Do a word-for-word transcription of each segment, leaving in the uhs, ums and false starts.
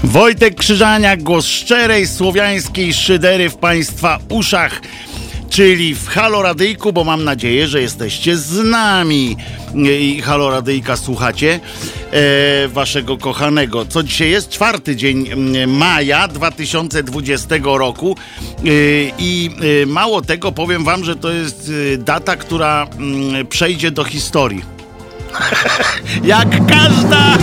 Wojtek Krzyżaniak, głos szczerej słowiańskiej szydery w Państwa uszach, czyli w Halo Radyjku, bo mam nadzieję, że jesteście z nami i Halo Radyjka słuchacie e, waszego kochanego. Co dzisiaj jest? Czwarty dzień maja dwa tysiące dwudziestego roku e, i e, mało tego, powiem wam, że to jest e, data, która m, przejdzie do historii. Jak każda...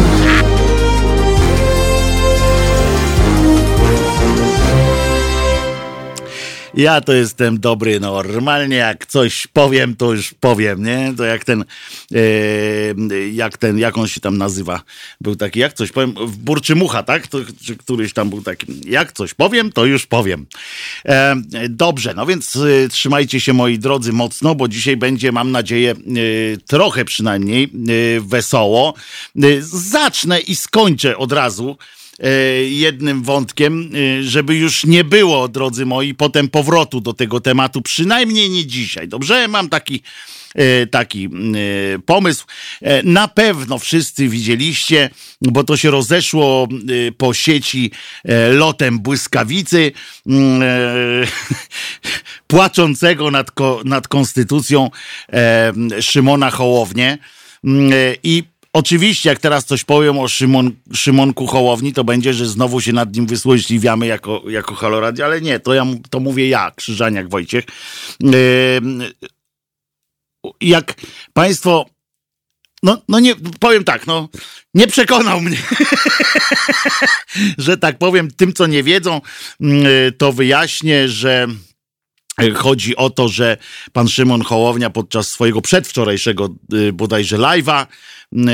Ja to jestem dobry normalnie, jak coś powiem, to już powiem, nie? To jak ten, e, jak ten, jak on się tam nazywa, był taki, jak coś powiem, w Burczymucha, tak? To, czy któryś tam był taki, jak coś powiem, to już powiem. E, dobrze, no więc e, trzymajcie się, moi drodzy, mocno, bo dzisiaj będzie, mam nadzieję, e, trochę przynajmniej e, wesoło. E, zacznę i skończę od razu jednym wątkiem, żeby już nie było, drodzy moi, potem powrotu do tego tematu, przynajmniej nie dzisiaj. Dobrze? Mam taki taki pomysł. Na pewno wszyscy widzieliście, bo to się rozeszło po sieci lotem błyskawicy, płaczącego nad, nad konstytucją Szymona Hołownię. I oczywiście, jak teraz coś powiem o Szymon, Szymonku Hołowni, to będzie, że znowu się nad nim wysłośliwiamy jako, jako Halo Radio, ale nie, to ja to mówię ja, Krzyżaniak Wojciech. Yy, jak państwo, no, no nie, powiem tak, no, nie przekonał mnie, że tak powiem, tym, co nie wiedzą, yy, to wyjaśnię, że chodzi o to, że pan Szymon Hołownia podczas swojego przedwczorajszego yy, bodajże live'a yy,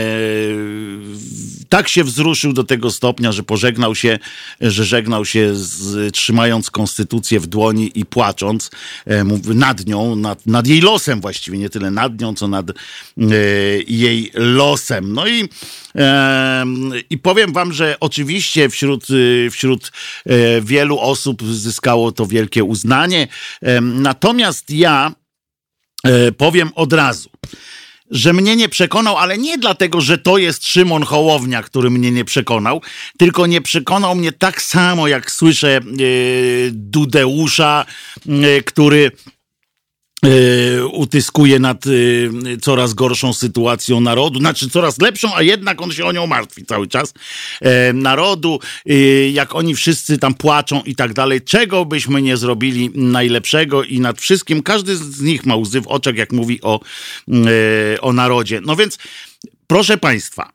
tak się wzruszył do tego stopnia, że pożegnał się, że żegnał się z, trzymając konstytucję w dłoni i płacząc yy, nad nią, nad, nad jej losem właściwie, nie tyle nad nią, co nad yy, jej losem. No i yy, i powiem wam, że oczywiście wśród, yy, wśród yy, wielu osób zyskało to wielkie uznanie. Natomiast ja e, powiem od razu, że mnie nie przekonał, ale nie dlatego, że to jest Szymon Hołownia, który mnie nie przekonał, tylko nie przekonał mnie tak samo, jak słyszę e, Dudeusza, e, który Yy, utyskuje nad yy, coraz gorszą sytuacją narodu, znaczy coraz lepszą, a jednak on się o nią martwi cały czas, yy, narodu, yy, jak oni wszyscy tam płaczą i tak dalej, czego byśmy nie zrobili najlepszego i nad wszystkim, każdy z nich ma łzy w oczach, jak mówi o, yy, o narodzie. No więc, proszę państwa,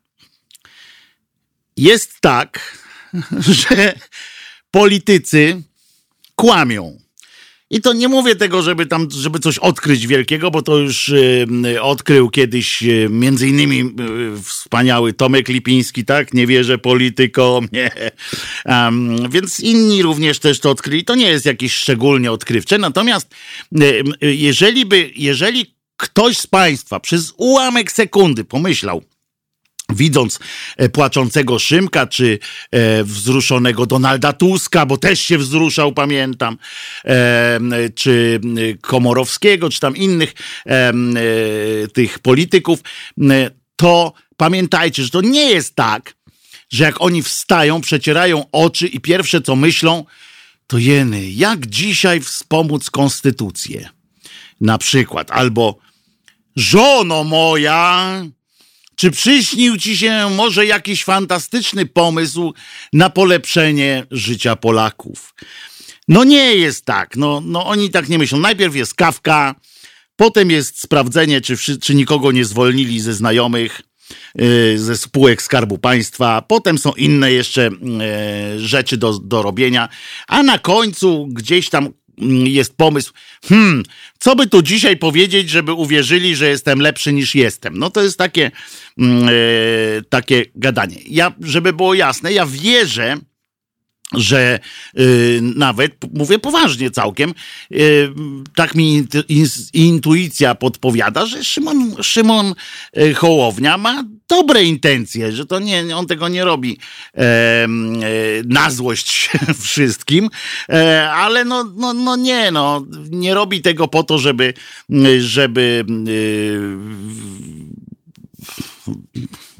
jest tak, że politycy kłamią. I to nie mówię tego, żeby tam, żeby coś odkryć wielkiego, bo to już y, odkrył kiedyś y, między innymi y, wspaniały Tomek Lipiński, tak? Nie wierzę politykom, nie. Um, więc inni również też to odkryli. To nie jest jakieś szczególnie odkrywcze. Natomiast y, y, jeżeli by, jeżeli ktoś z państwa przez ułamek sekundy pomyślał, widząc płaczącego Szymka, czy e, wzruszonego Donalda Tuska, bo też się wzruszał, pamiętam, e, czy Komorowskiego, czy tam innych e, e, tych polityków, e, to pamiętajcie, że to nie jest tak, że jak oni wstają, przecierają oczy i pierwsze co myślą, to jeny, jak dzisiaj wspomóc konstytucję? Na przykład, albo żono moja... Czy przyśnił ci się może jakiś fantastyczny pomysł na polepszenie życia Polaków? No nie jest tak, no, no oni tak nie myślą. Najpierw jest kawka, potem jest sprawdzenie, czy, czy nikogo nie zwolnili ze znajomych, yy, ze spółek Skarbu Państwa, potem są inne jeszcze yy, rzeczy do, do robienia, a na końcu gdzieś tam jest pomysł, hmm, co by tu dzisiaj powiedzieć, żeby uwierzyli, że jestem lepszy niż jestem. No to jest takie, yy, takie gadanie. Ja, żeby było jasne, ja wierzę, że y, nawet, mówię poważnie całkiem, y, tak mi in, in, intuicja podpowiada, że Szymon, Szymon y, Hołownia ma dobre intencje, że to nie, on tego nie robi e, e, na złość wszystkim, e, ale no, no, no nie, no, nie robi tego po to, żeby, żeby y,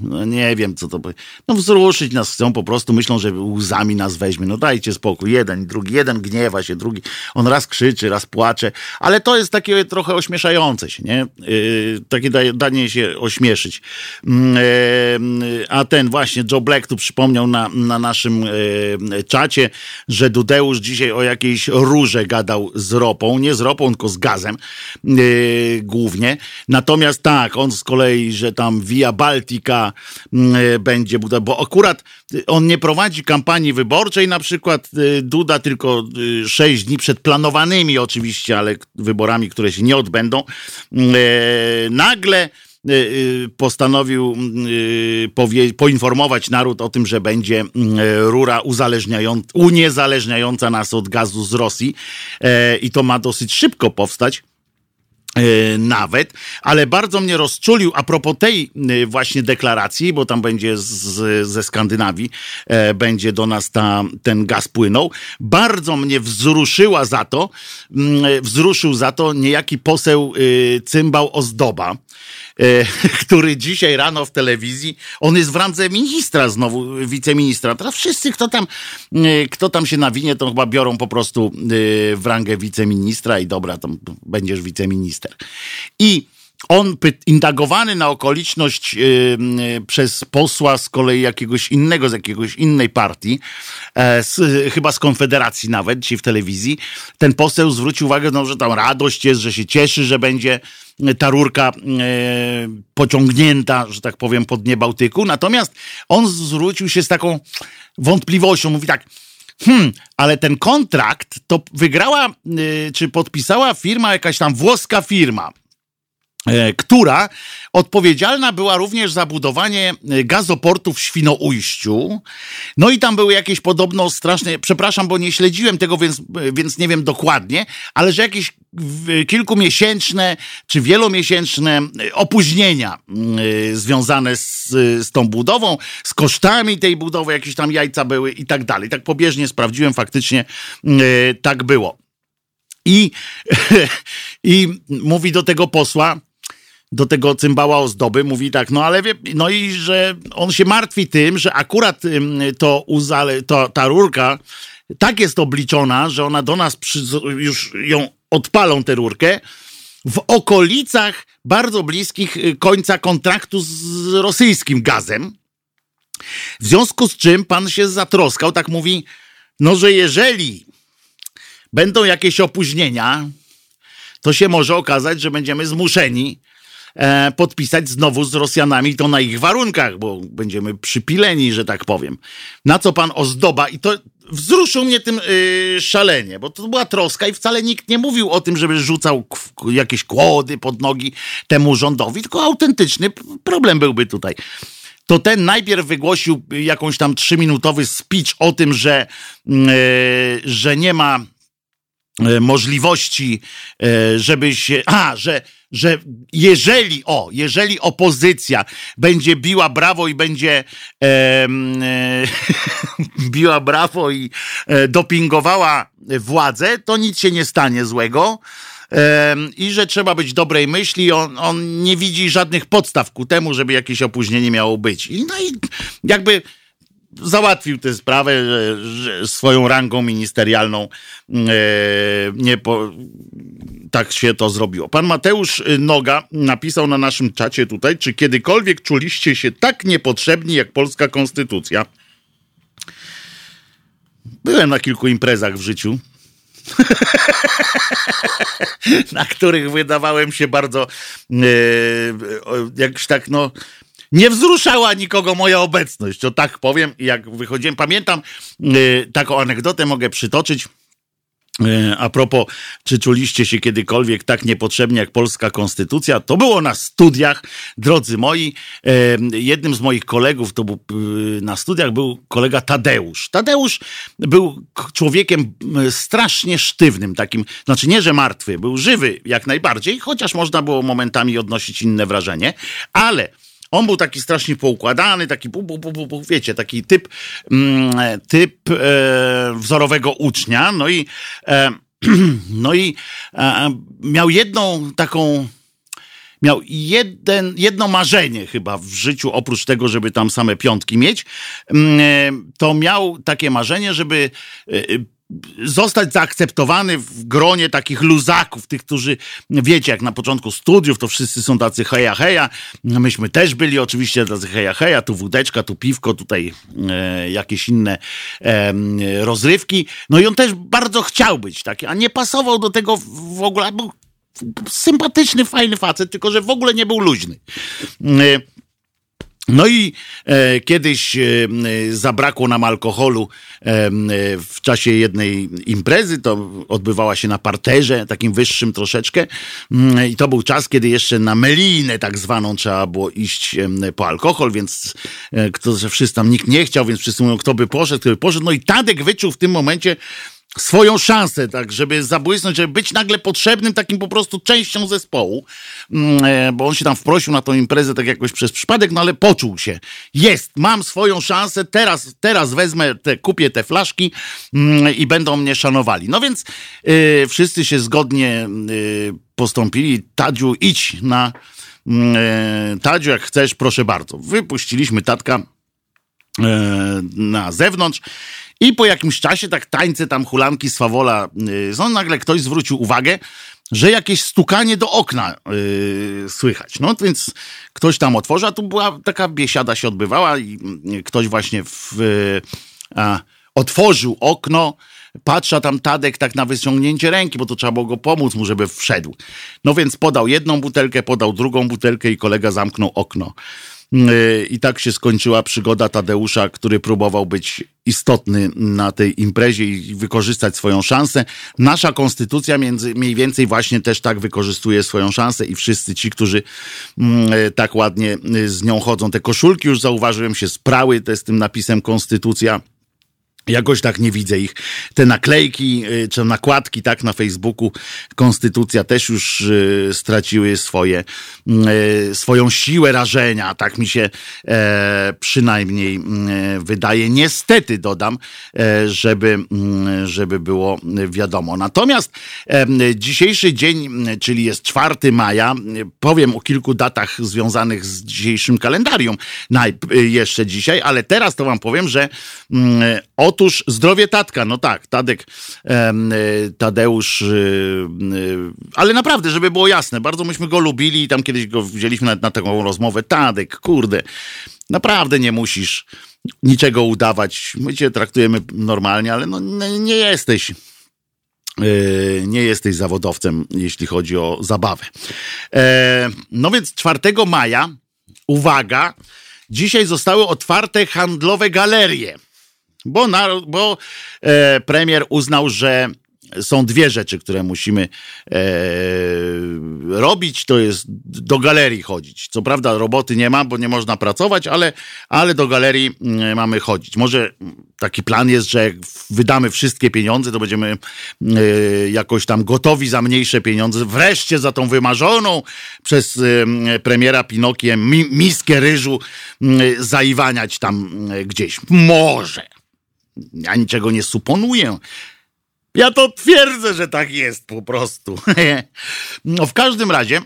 no nie wiem, co to by. No wzruszyć nas chcą, po prostu myślą, że łzami nas weźmie. No dajcie spokój, jeden, drugi, jeden gniewa się, drugi, on raz krzyczy, raz płacze, ale to jest takie trochę ośmieszające się, nie? Yy, takie da, danie się ośmieszyć. Yy, a ten właśnie Joe Black tu przypomniał na, na naszym yy, czacie, że Dudeusz dzisiaj o jakiejś rurze gadał z ropą, nie z ropą, tylko z gazem yy, głównie. Natomiast tak, on z kolei, że tam Via Baltica yy, będzie budowana, bo akurat on nie prowadzi kampanii wyborczej, na przykład yy, Duda, tylko yy, sześć dni przed planowanymi oczywiście, ale wyborami, które się nie odbędą, yy, nagle postanowił powie, poinformować naród o tym, że będzie rura uzależniająca, uniezależniająca nas od gazu z Rosji i to ma dosyć szybko powstać. Nawet, ale bardzo mnie rozczulił a propos tej właśnie deklaracji, bo tam będzie z, ze Skandynawii, e, będzie do nas ta, ten gaz płynął. Bardzo mnie wzruszyła za to, mm, wzruszył za to niejaki poseł y, Cymbał Ozdoba, e, który dzisiaj rano w telewizji, on jest w randze ministra znowu, wiceministra. Teraz wszyscy, kto tam, y, kto tam się nawinie, to chyba biorą po prostu y, w rangę wiceministra i dobra, to będziesz wiceminister. I on indagowany na okoliczność yy, yy, przez posła z kolei jakiegoś innego, z jakiegoś innej partii, e, z, chyba z Konfederacji nawet, dzisiaj w telewizji, ten poseł zwrócił uwagę, no, że tam radość jest, że się cieszy, że będzie ta rurka yy, pociągnięta, że tak powiem, po dnie Bałtyku. Natomiast on zwrócił się z taką wątpliwością, mówi tak, Hmm, ale ten kontrakt to wygrała, y, czy podpisała firma, jakaś tam włoska firma, y, która odpowiedzialna była również za budowanie gazoportu w Świnoujściu. No i tam były jakieś podobno straszne, przepraszam, bo nie śledziłem tego, więc, więc nie wiem dokładnie, ale że jakieś kilkumiesięczne czy wielomiesięczne opóźnienia y, związane z, z tą budową, z kosztami tej budowy, jakieś tam jajca były i tak dalej. Tak pobieżnie sprawdziłem, faktycznie y, tak było. I, i mówi do tego posła, do tego Cymbała Ozdoby, mówi tak, no ale wie, no i że on się martwi tym, że akurat to, uzale, to ta rurka tak jest obliczona, że ona do nas przy, już ją odpalą tę rurkę w okolicach bardzo bliskich końca kontraktu z rosyjskim gazem. W związku z czym pan się zatroskał, tak mówi, no że jeżeli będą jakieś opóźnienia, to się może okazać, że będziemy zmuszeni e, podpisać znowu z Rosjanami to na ich warunkach, bo będziemy przypileni, że tak powiem. Na co pan Ozdoba, i to wzruszył mnie tym yy, szalenie, bo to była troska i wcale nikt nie mówił o tym, żeby rzucał k- jakieś kłody pod nogi temu rządowi, tylko autentyczny problem byłby tutaj. To ten najpierw wygłosił jakąś tam trzyminutowy speech o tym, że, yy, że nie ma możliwości, żeby się, a, że, że jeżeli, o, jeżeli opozycja będzie biła brawo i będzie e, e, biła brawo i e, dopingowała władzę, to nic się nie stanie złego. E, I że trzeba być dobrej myśli, on, on nie widzi żadnych podstaw ku temu, żeby jakieś opóźnienie miało być. I, no i jakby załatwił tę sprawę, że, że swoją rangą ministerialną e, nie po, tak się to zrobiło. Pan Mateusz Noga napisał na naszym czacie tutaj, czy kiedykolwiek czuliście się tak niepotrzebni jak polska konstytucja? Byłem na kilku imprezach w życiu, na których wydawałem się bardzo e, jakś tak no nie wzruszała nikogo moja obecność, to tak powiem. Jak wychodziłem, pamiętam, yy, taką anegdotę mogę przytoczyć. Yy, a propos, czy czuliście się kiedykolwiek tak niepotrzebnie jak polska konstytucja? To było na studiach, drodzy moi. Yy, jednym z moich kolegów, to był, yy, na studiach był kolega Tadeusz. Tadeusz był człowiekiem strasznie sztywnym, takim, znaczy nie, że martwy, był żywy jak najbardziej, chociaż można było momentami odnosić inne wrażenie, ale on był taki strasznie poukładany, taki, pu, pu, pu, pu, wiecie, taki typ, mm, typ e, wzorowego ucznia. No i, e, no i e, miał jedną taką, miał jeden, jedno marzenie chyba w życiu, oprócz tego, żeby tam same piątki mieć, to miał takie marzenie, żeby zostać zaakceptowany w gronie takich luzaków, tych, którzy, wiecie, jak na początku studiów, to wszyscy są tacy heja, heja. Myśmy też byli oczywiście tacy heja, heja, tu wódeczka, tu piwko, tutaj e, jakieś inne e, rozrywki. No i on też bardzo chciał być taki, a nie pasował do tego w ogóle, był sympatyczny, fajny facet, tylko że w ogóle nie był luźny. E, No i e, kiedyś e, zabrakło nam alkoholu e, w czasie jednej imprezy, to odbywała się na parterze, takim wyższym troszeczkę e, i to był czas, kiedy jeszcze na melinę tak zwaną trzeba było iść e, po alkohol, więc e, kto, że wszyscy tam nikt nie chciał, więc wszyscy mówią, kto by poszedł, kto by poszedł. No i Tadek wyczuł w tym momencie swoją szansę, tak, żeby zabłysnąć, żeby być nagle potrzebnym takim po prostu częścią zespołu, bo on się tam wprosił na tą imprezę tak jakoś przez przypadek, no ale poczuł się. Jest, mam swoją szansę, teraz, teraz wezmę, te, kupię te flaszki i będą mnie szanowali. No więc yy, wszyscy się zgodnie yy, postąpili. Tadziu, idź na yy, Tadziu, jak chcesz, proszę bardzo. Wypuściliśmy Tatka yy, na zewnątrz. I po jakimś czasie tak tańce tam hulanki z Fawola, yy, nagle ktoś zwrócił uwagę, że jakieś stukanie do okna yy, słychać. No więc ktoś tam otworzył, a tu była taka biesiada się odbywała i yy, ktoś właśnie w, yy, a, otworzył okno, patrzy, a tam Tadek tak na wyciągnięcie ręki, bo to trzeba było go pomóc mu, żeby wszedł. No więc podał jedną butelkę, podał drugą butelkę i kolega zamknął okno. I tak się skończyła przygoda Tadeusza, który próbował być istotny na tej imprezie i wykorzystać swoją szansę. Nasza konstytucja między, mniej więcej właśnie też tak wykorzystuje swoją szansę i wszyscy ci, którzy mm, tak ładnie z nią chodzą. Te koszulki już zauważyłem się sprały, to z tym napisem konstytucja. Jakoś tak nie widzę ich. Te naklejki, czy nakładki, tak, na Facebooku, Konstytucja też już y, straciły swoje, y, swoją siłę rażenia. Tak mi się e, przynajmniej e, wydaje. Niestety dodam, e, żeby, e, żeby było wiadomo. Natomiast e, dzisiejszy dzień, czyli jest czwartego maja, powiem o kilku datach związanych z dzisiejszym kalendarium. Najp- jeszcze dzisiaj, ale teraz to wam powiem, że e, otóż zdrowie Tatka, no tak, Tadek, e, Tadeusz, e, ale naprawdę, żeby było jasne, bardzo myśmy go lubili i tam kiedyś go wzięliśmy na, na taką rozmowę. Tadek, kurde, naprawdę nie musisz niczego udawać, my cię traktujemy normalnie, ale no nie, nie jesteś, e, nie jesteś zawodowcem, jeśli chodzi o zabawę. E, no więc czwartego maja, uwaga, dzisiaj zostały otwarte handlowe galerie. Bo, na, bo e, premier uznał, że są dwie rzeczy, które musimy e, robić, to jest do galerii chodzić. Co prawda roboty nie ma, bo nie można pracować, ale, ale do galerii e, mamy chodzić. Może taki plan jest, że jak wydamy wszystkie pieniądze, to będziemy e, jakoś tam gotowi za mniejsze pieniądze. Wreszcie za tą wymarzoną przez e, premiera Pinokiem mi, miskę ryżu e, zaiwaniać tam e, gdzieś. Może. Ja niczego nie suponuję. Ja to twierdzę, że tak jest po prostu. No w każdym razie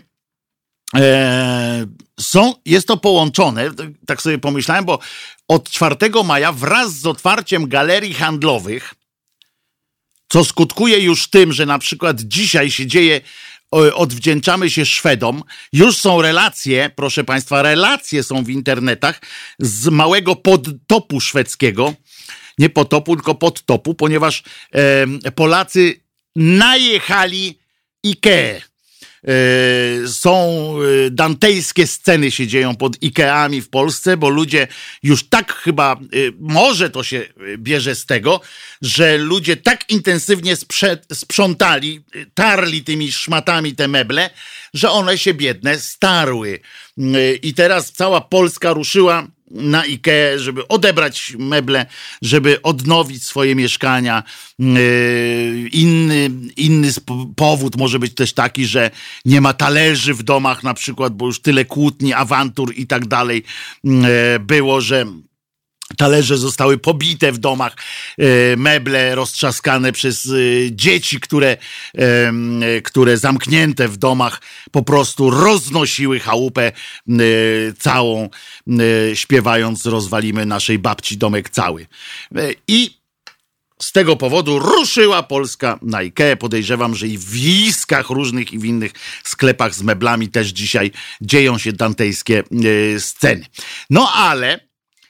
e, są, jest to połączone, tak sobie pomyślałem, bo od czwartego maja wraz z otwarciem galerii handlowych, co skutkuje już tym, że na przykład dzisiaj się dzieje, odwdzięczamy się Szwedom, już są relacje, proszę państwa, relacje są w internetach z małego podtopu szwedzkiego, nie potopu, tylko podtopu, ponieważ e, Polacy najechali Ikeę. E, są e, dantejskie sceny się dzieją pod Ikeami w Polsce, bo ludzie już tak chyba, e, może to się bierze z tego, że ludzie tak intensywnie sprze- sprzątali, tarli tymi szmatami te meble, że one się biedne starły. E, I teraz cała Polska ruszyła na Ikeę, żeby odebrać meble, żeby odnowić swoje mieszkania. Inny, inny powód może być też taki, że nie ma talerzy w domach na przykład, bo już tyle kłótni, awantur i tak dalej było, że Talerze zostały pobite w domach, meble roztrzaskane przez dzieci, które, które zamknięte w domach po prostu roznosiły chałupę całą, śpiewając rozwalimy naszej babci domek cały. I z tego powodu ruszyła Polska na Ikeę. Podejrzewam, że i w Iskach różnych i w innych sklepach z meblami też dzisiaj dzieją się dantejskie sceny. No ale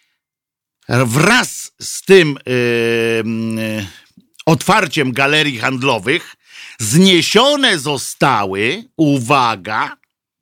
wraz z tym yy, otwarciem galerii handlowych zniesione zostały, uwaga,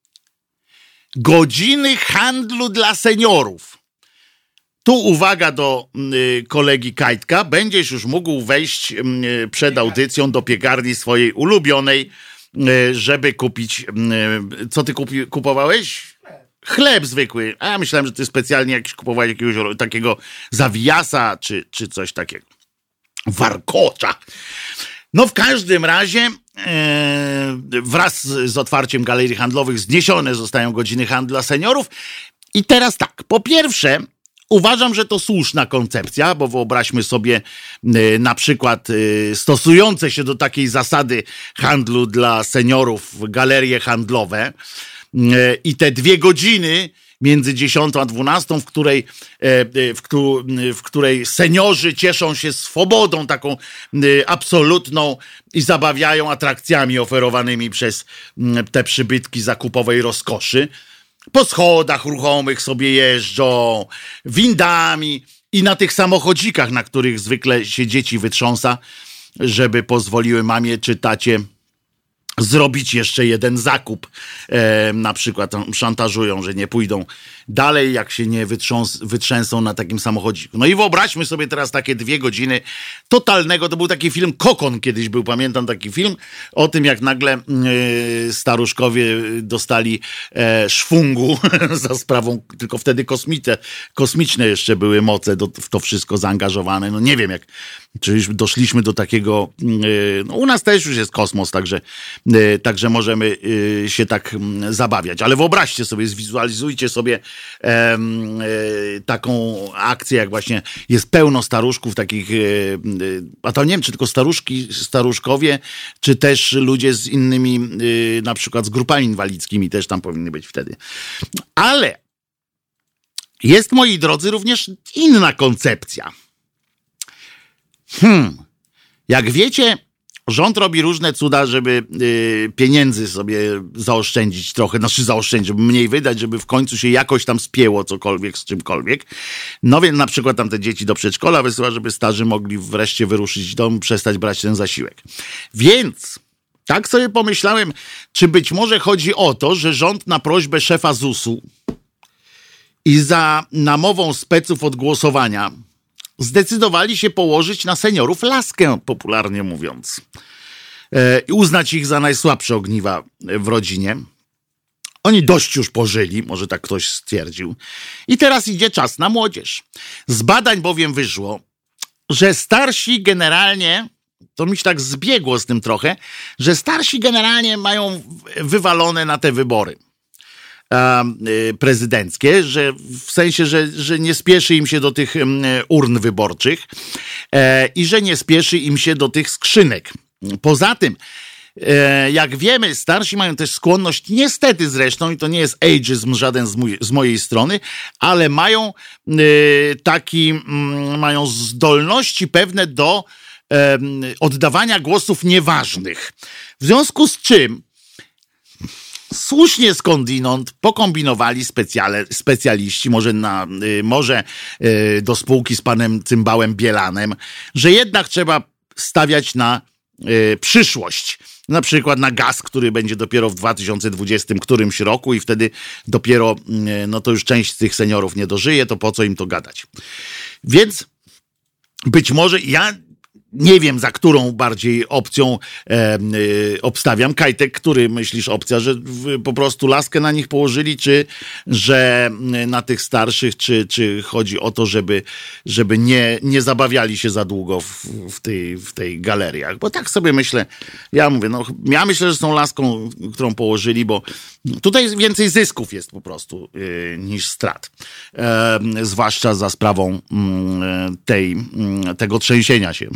godziny handlu dla seniorów. Tu uwaga do y, kolegi Kajtka, będziesz już mógł wejść y, przed audycją do piekarni swojej ulubionej, y, żeby kupić, y, co ty kupi, kupowałeś? Chleb zwykły, a ja myślałem, że ty specjalnie jakiś kupowałeś jakiegoś takiego zawijasa, czy, czy coś takiego. Warkocza. No w każdym razie e, wraz z otwarciem galerii handlowych zniesione zostają godziny handlu dla seniorów. I teraz tak, po pierwsze uważam, że to słuszna koncepcja, bo wyobraźmy sobie e, na przykład e, stosujące się do takiej zasady handlu dla seniorów galerie handlowe, i te dwie godziny między dziesiątą a dwunastą, w której, w, w której seniorzy cieszą się swobodą taką absolutną i zabawiają atrakcjami oferowanymi przez te przybytki zakupowej rozkoszy. Po schodach ruchomych sobie jeżdżą, windami i na tych samochodzikach, na których zwykle się dzieci wytrząsa, żeby pozwoliły mamie czy tacie zrobić jeszcze jeden zakup. E, na przykład szantażują, że nie pójdą dalej, jak się nie wytrząs, wytrzęsą na takim samochodziku. No i wyobraźmy sobie teraz takie dwie godziny totalnego, to był taki film Kokon kiedyś był, pamiętam taki film, o tym jak nagle e, staruszkowie dostali e, szwungu za sprawą, tylko wtedy kosmite, kosmiczne jeszcze były moce do, w to wszystko zaangażowane. No nie wiem jak, czy już doszliśmy do takiego, e, no u nas też już jest kosmos, także Także możemy się tak zabawiać. Ale wyobraźcie sobie, zwizualizujcie sobie taką akcję, jak właśnie jest pełno staruszków takich, a to nie wiem, czy tylko staruszki, staruszkowie, czy też ludzie z innymi, na przykład z grupami inwalidzkimi też tam powinny być wtedy. Ale jest, moi drodzy, również inna koncepcja. Hmm. Jak wiecie, rząd robi różne cuda, żeby y, pieniędzy sobie zaoszczędzić trochę, znaczy zaoszczędzić, żeby mniej wydać, żeby w końcu się jakoś tam spięło cokolwiek z czymkolwiek. No więc na przykład tam te dzieci do przedszkola wysyła, żeby starzy mogli wreszcie wyruszyć do domu, przestać brać ten zasiłek. Więc tak sobie pomyślałem, czy być może chodzi o to, że rząd na prośbę szefa zusu i za namową speców od głosowania zdecydowali się położyć na seniorów laskę, popularnie mówiąc. E, I uznać ich za najsłabsze ogniwa w rodzinie. Oni dość już pożyli, może tak ktoś stwierdził. I teraz idzie czas na młodzież. Z badań bowiem wyszło, że starsi generalnie, to mi się tak zbiegło z tym trochę, że starsi generalnie mają wywalone na te wybory prezydenckie, że w sensie, że, że nie spieszy im się do tych urn wyborczych e, i że nie spieszy im się do tych skrzynek. Poza tym, e, jak wiemy, starsi mają też skłonność, niestety zresztą, i to nie jest ageism żaden z, mój, z mojej strony, ale mają e, taki, m, mają zdolności pewne do e, oddawania głosów nieważnych. W związku z czym słusznie skądinąd pokombinowali specjale, specjaliści, może, na, y, może y, do spółki z panem Cymbałem Bielanem, że jednak trzeba stawiać na y, przyszłość. Na przykład na gaz, który będzie dopiero w dwa tysiące dwudziestym którymś roku i wtedy dopiero, y, no to już część z tych seniorów nie dożyje, to po co im to gadać. Więc być może ja nie wiem, za którą bardziej opcją e, e, obstawiam. Kajtek, który myślisz opcja, że w, po prostu laskę na nich położyli, czy że na tych starszych, czy, czy chodzi o to, żeby, żeby nie, nie zabawiali się za długo w, w, tej, w tej galeriach. Bo tak sobie myślę, ja mówię, no ja myślę, że z tą laską, którą położyli, bo tutaj więcej zysków jest po prostu e, niż strat. E, zwłaszcza za sprawą mm, tej, mm, tego trzęsienia się.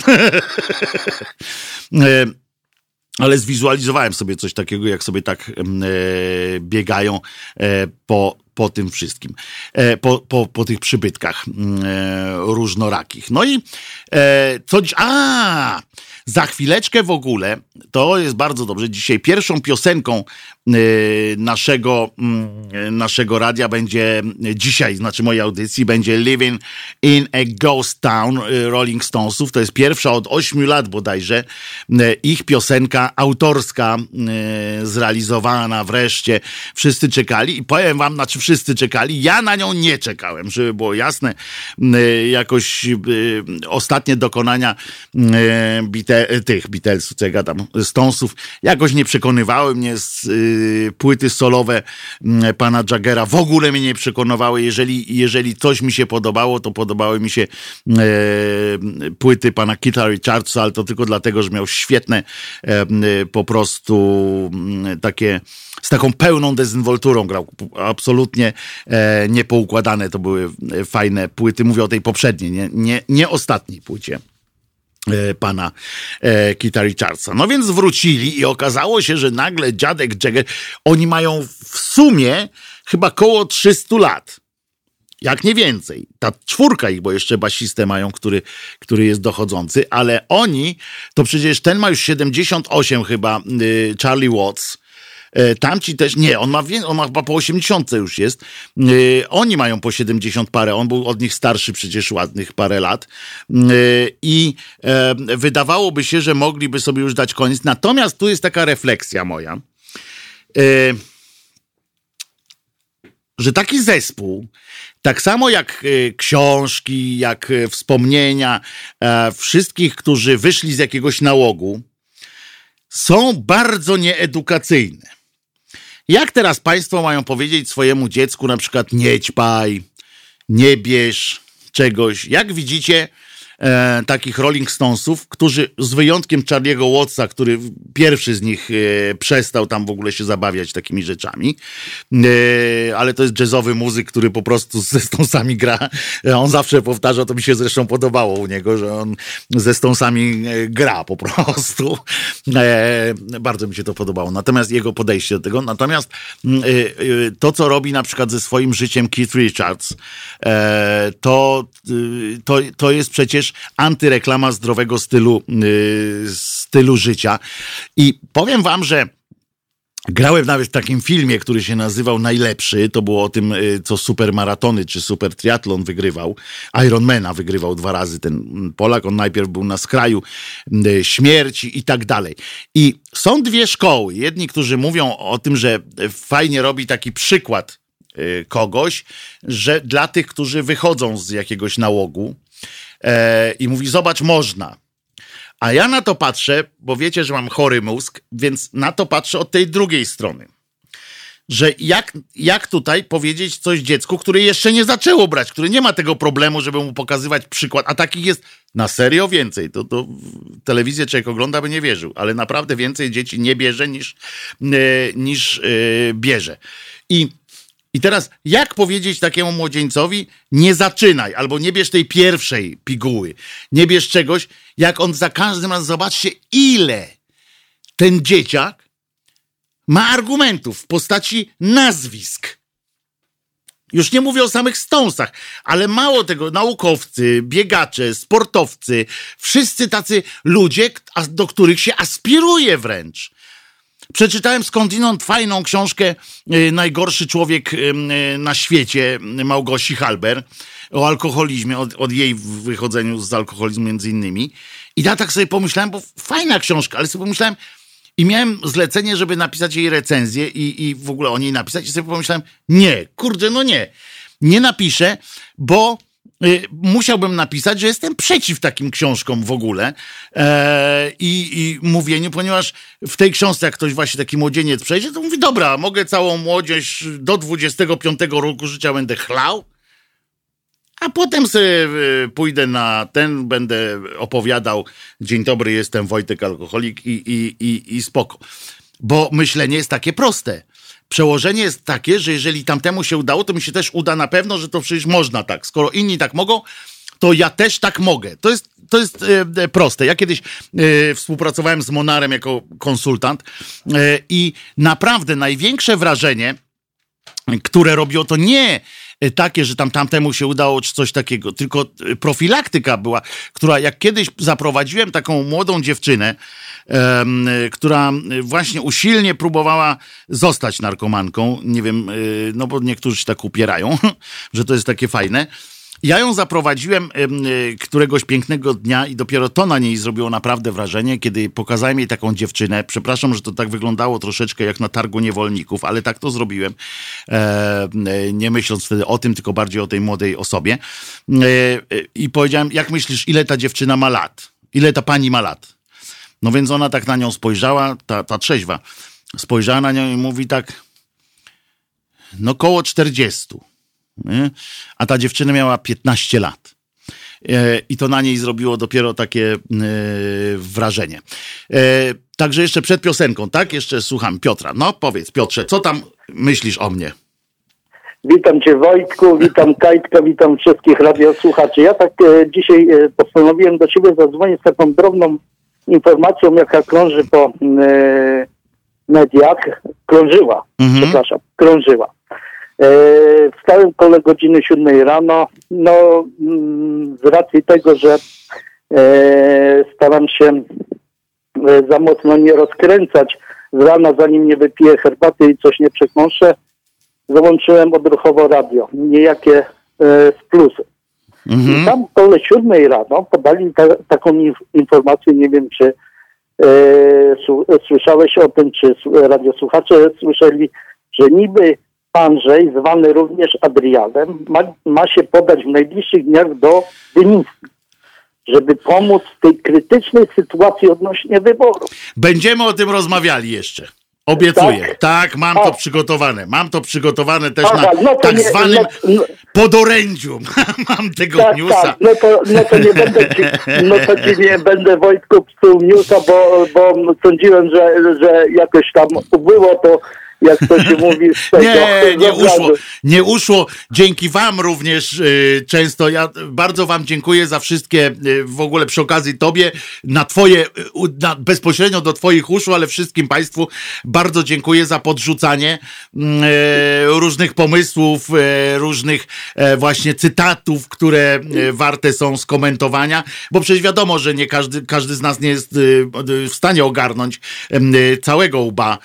Ale zwizualizowałem sobie coś takiego, jak sobie tak e, biegają e, po, po tym wszystkim, e, po, po, po tych przybytkach e, różnorakich. No i e, co dziś... A! Za chwileczkę w ogóle, to jest bardzo dobrze, dzisiaj pierwszą piosenką y, naszego, y, naszego radia będzie, dzisiaj, znaczy mojej audycji, będzie Living in a Ghost Town y, Rolling Stonesów. To jest pierwsza od ośmiu lat bodajże y, ich piosenka autorska y, zrealizowana wreszcie. Wszyscy czekali i powiem wam, znaczy wszyscy czekali, ja na nią nie czekałem, żeby było jasne. Y, jakoś y, ostatnie dokonania y, bite tych Beatlesów, co ja gadam, Stonesów, jakoś nie przekonywały mnie z y, płyty solowe y, pana Jaggera, w ogóle mnie nie przekonywały. Jeżeli, jeżeli coś mi się podobało, to podobały mi się y, płyty pana Keitha Richardsa, ale to tylko dlatego, że miał świetne y, y, po prostu y, takie z taką pełną dezynwolturą grał, absolutnie e, niepoukładane to były fajne płyty, mówię o tej poprzedniej, nie, nie, nie ostatniej płycie pana e, Keitha Richardsa. No więc wrócili i okazało się, że nagle dziadek Jagger, oni mają w sumie chyba koło trzystu lat. Jak nie więcej. Ta czwórka ich, bo jeszcze basistę mają, który, który jest dochodzący, ale oni, to przecież ten ma już siedemdziesiąt osiem chyba, y, Charlie Watts. Tamci też, nie, on ma, on ma chyba po osiemdziesiątce już jest. Yy, oni mają po siedemdziesiąt parę, on był od nich starszy przecież ładnych parę lat. Yy, I yy, wydawałoby się, że mogliby sobie już dać koniec. Natomiast tu jest taka refleksja moja, yy, że taki zespół, tak samo jak y, książki, jak y, wspomnienia y, wszystkich, którzy wyszli z jakiegoś nałogu, są bardzo nieedukacyjne. Jak teraz państwo mają powiedzieć swojemu dziecku na przykład nie ćpaj, nie bierz czegoś? Jak widzicie e, takich Rolling Stonesów, którzy z wyjątkiem Charliego Wattsa, który pierwszy z nich e, przestał tam w ogóle się zabawiać takimi rzeczami, e, ale to jest jazzowy muzyk, który po prostu ze Stonesami gra. On zawsze powtarza, to mi się zresztą podobało u niego, że on ze Stonesami gra po prostu. E, bardzo mi się to podobało. Natomiast jego podejście do tego, natomiast e, e, to, co robi na przykład ze swoim życiem Keith Richards, e, to, e, to, to jest przecież antyreklama zdrowego stylu, e, stylu życia. I powiem wam, że grałem nawet w takim filmie, który się nazywał Najlepszy. To było o tym, co supermaratony czy super triatlon wygrywał. Ironmana wygrywał dwa razy ten Polak. On najpierw był na skraju śmierci i tak dalej. I są dwie szkoły. Jedni, którzy mówią o tym, że fajnie robi taki przykład kogoś, że dla tych, którzy wychodzą z jakiegoś nałogu e, i mówi, zobacz, można. A ja na to patrzę, bo wiecie, że mam chory mózg, więc na to patrzę od tej drugiej strony. Że jak, jak tutaj powiedzieć coś dziecku, które jeszcze nie zaczęło brać, które nie ma tego problemu, żeby mu pokazywać przykład, a takich jest na serio więcej. To, to telewizję człowiek ogląda, by nie wierzył, ale naprawdę więcej dzieci nie bierze niż, yy, niż yy, bierze. I I teraz, jak powiedzieć takiemu młodzieńcowi, nie zaczynaj, albo nie bierz tej pierwszej piguły, nie bierz czegoś, jak on za każdym razem, zobaczcie, ile ten dzieciak ma argumentów w postaci nazwisk. Już nie mówię o samych Stonesach, ale mało tego, naukowcy, biegacze, sportowcy, wszyscy tacy ludzie, do których się aspiruje wręcz. Przeczytałem skądinąd fajną książkę y, Najgorszy człowiek y, na świecie Małgosi Halber o alkoholizmie, od, od jej wychodzeniu z alkoholizmu między innymi. I ja tak sobie pomyślałem, bo fajna książka, ale sobie pomyślałem i miałem zlecenie, żeby napisać jej recenzję i, i w ogóle o niej napisać i sobie pomyślałem, nie, kurde, no nie. Nie napiszę, bo musiałbym napisać, że jestem przeciw takim książkom w ogóle e, i, i mówieniu, ponieważ w tej książce, jak ktoś właśnie taki młodzieniec przejdzie, to mówi, dobra, mogę całą młodzież do dwudziestego piątego roku życia będę chlał, a potem sobie pójdę na ten, będę opowiadał, dzień dobry, jestem Wojtek Alkoholik i, i, i, i spoko. Bo myślenie jest takie proste. Przełożenie jest takie, że jeżeli tamtemu się udało, to mi się też uda na pewno, że to przecież można tak. Skoro inni tak mogą, to ja też tak mogę. To jest, to jest e, proste. Ja kiedyś e, współpracowałem z Monarem jako konsultant e, i naprawdę największe wrażenie, które robiło, to nie takie, że tam tamtemu się udało, czy coś takiego, tylko profilaktyka była, która jak kiedyś zaprowadziłem taką młodą dziewczynę, um, która właśnie usilnie próbowała zostać narkomanką, nie wiem, no bo niektórzy się tak upierają, że to jest takie fajne. Ja ją zaprowadziłem któregoś pięknego dnia i dopiero to na niej zrobiło naprawdę wrażenie, kiedy pokazałem jej taką dziewczynę. Przepraszam, że to tak wyglądało troszeczkę jak na targu niewolników, ale tak to zrobiłem. E, nie myśląc wtedy o tym, tylko bardziej o tej młodej osobie. E, I powiedziałem, jak myślisz, ile ta dziewczyna ma lat? Ile ta pani ma lat? No więc ona tak na nią spojrzała, ta, ta trzeźwa, spojrzała na nią i mówi tak, no koło czterdziestu. Nie? A ta dziewczyna miała piętnaście lat. E, I to na niej zrobiło dopiero takie e, wrażenie. E, także jeszcze przed piosenką, tak? Jeszcze słucham Piotra. No powiedz, Piotrze, co tam myślisz o mnie? Witam Cię, Wojtku, witam Kajtka, witam wszystkich radiosłuchaczy. Ja tak e, dzisiaj e, postanowiłem do Ciebie zadzwonić z taką drobną informacją, jaka krąży po e, mediach. Krążyła, mhm. przepraszam, krążyła. E, wstałem koło godziny siódmej rano, no mm, z racji tego, że e, staram się e, za mocno nie rozkręcać z rana, zanim nie wypiję herbaty i coś nie przekąszę, załączyłem odruchowo radio, niejakie e, z plusy. Mhm. I tam koło siódmej rano podali ta, taką inf- informację, nie wiem czy e, su- słyszałeś o tym, czy radiosłuchacze słyszeli, że niby Andrzej, zwany również Adrianem, ma, ma się podać w najbliższych dniach do dymisji, żeby pomóc w tej krytycznej sytuacji odnośnie wyborów. Będziemy o tym rozmawiali jeszcze. Obiecuję. Tak, tak mam A. to przygotowane. Mam to przygotowane też Aha, na no to tak nie, zwanym no, no, podorędziu. Mam tego tak, newsa. Tak, no to, no to nie będę ci, no to ci nie będę, Wojtku, psuł newsa, bo, bo sądziłem, że, że jakoś tam było to, jak to się mówi z tego. Nie, nie uszło. Nie uszło. Dzięki wam również y, często. Ja bardzo wam dziękuję za wszystkie, y, w ogóle przy okazji tobie, na twoje, y, na, bezpośrednio do twoich uszu, ale wszystkim państwu bardzo dziękuję za podrzucanie y, różnych pomysłów, y, różnych y, właśnie cytatów, które y, warte są skomentowania, bo przecież wiadomo, że nie każdy, każdy z nas nie jest y, w stanie ogarnąć y, całego łba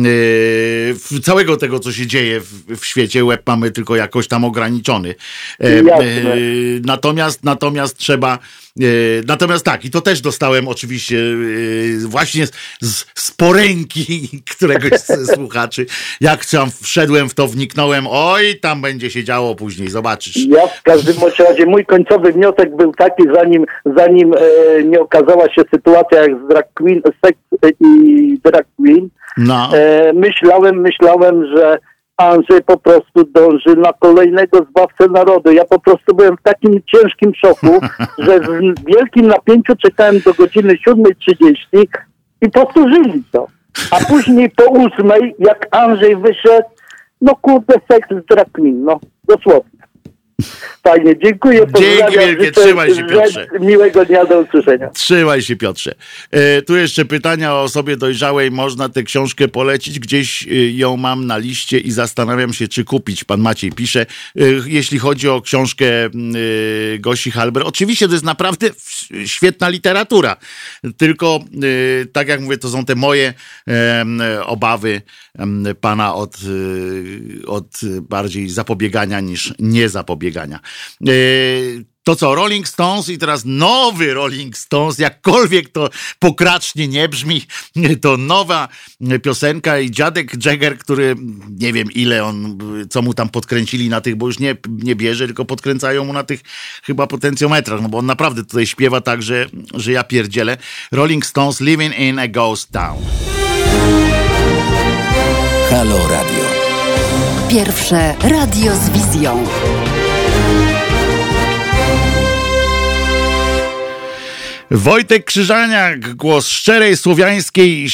y, całego tego, co się dzieje w, w świecie. Łeb mamy tylko jakoś tam ograniczony. E, e, natomiast, natomiast trzeba e, natomiast tak, i to też dostałem oczywiście e, właśnie z, z poręki któregoś z słuchaczy. Jak tam wszedłem w to, wniknąłem, oj, tam będzie się działo później, zobaczysz. Ja w każdym razie, mój końcowy wniosek był taki, zanim, zanim e, nie okazała się sytuacja jak z drag queen, seks i drag queen, no. e, myślałem, myślałem, że Andrzej po prostu dąży na kolejnego zbawcę narodu. Ja po prostu byłem w takim ciężkim szoku, że z wielkim napięciu czekałem do godziny siódmej trzydzieści i powtórzyli to. A później po ósmej, jak Andrzej wyszedł, no kurde, seks z drag queen, no dosłownie. Fajnie, dziękuję. Dzięki wielkie, trzymaj się, Piotrze. Miłego dnia, do usłyszenia. Trzymaj się, Piotrze. E, tu jeszcze pytania o osobie dojrzałej. Można tę książkę polecić? Gdzieś ją mam na liście i zastanawiam się, czy kupić. Pan Maciej pisze. E, jeśli chodzi o książkę e, Gosi Halber, oczywiście to jest naprawdę świetna literatura. Tylko, e, tak jak mówię, to są te moje e, obawy e, pana od, e, od bardziej zapobiegania niż niezapobiegania. To co, Rolling Stones i teraz nowy Rolling Stones, jakkolwiek to pokracznie nie brzmi, to nowa piosenka i dziadek Jagger, który nie wiem ile on, co mu tam podkręcili na tych, bo już nie, nie bierze, tylko podkręcają mu na tych chyba potencjometrach, no bo on naprawdę tutaj śpiewa tak, że, że ja pierdzielę. Rolling Stones, Living in a Ghost Town. Halo Radio. Pierwsze radio z wizją. Wojtek Krzyżaniak, głos szczerej słowiańskiej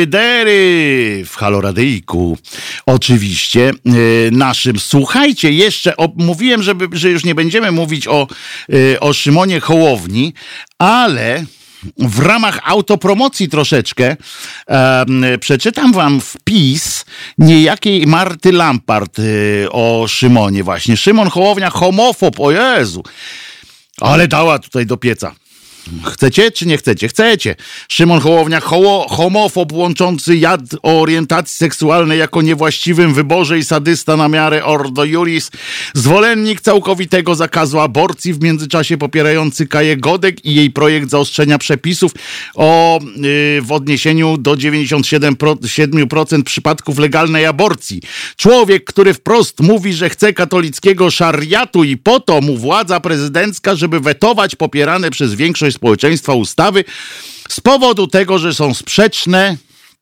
szydery w Halo Radyjku. Oczywiście yy, naszym. Słuchajcie, jeszcze o, mówiłem, żeby, że już nie będziemy mówić o, yy, o Szymonie Hołowni, ale w ramach autopromocji troszeczkę e, przeczytam wam wpis niejakiej Marty Lampart e, o Szymonie właśnie. Szymon Hołownia, homofob, o Jezu. Ale dała tutaj do pieca. Chcecie czy nie chcecie? Chcecie. Szymon Hołownia, hoło, homofob łączący jad o orientacji seksualnej jako niewłaściwym wyborze i sadysta na miarę Ordo Iuris, zwolennik całkowitego zakazu aborcji, w międzyczasie popierający Kaję Godek i jej projekt zaostrzenia przepisów o, yy, w odniesieniu do dziewięćdziesiąt siedem procent przypadków legalnej aborcji. Człowiek, który wprost mówi, że chce katolickiego szariatu i po to mu władza prezydencka, żeby wetować popierane przez większość społeczeństwa ustawy z powodu tego, że są sprzeczne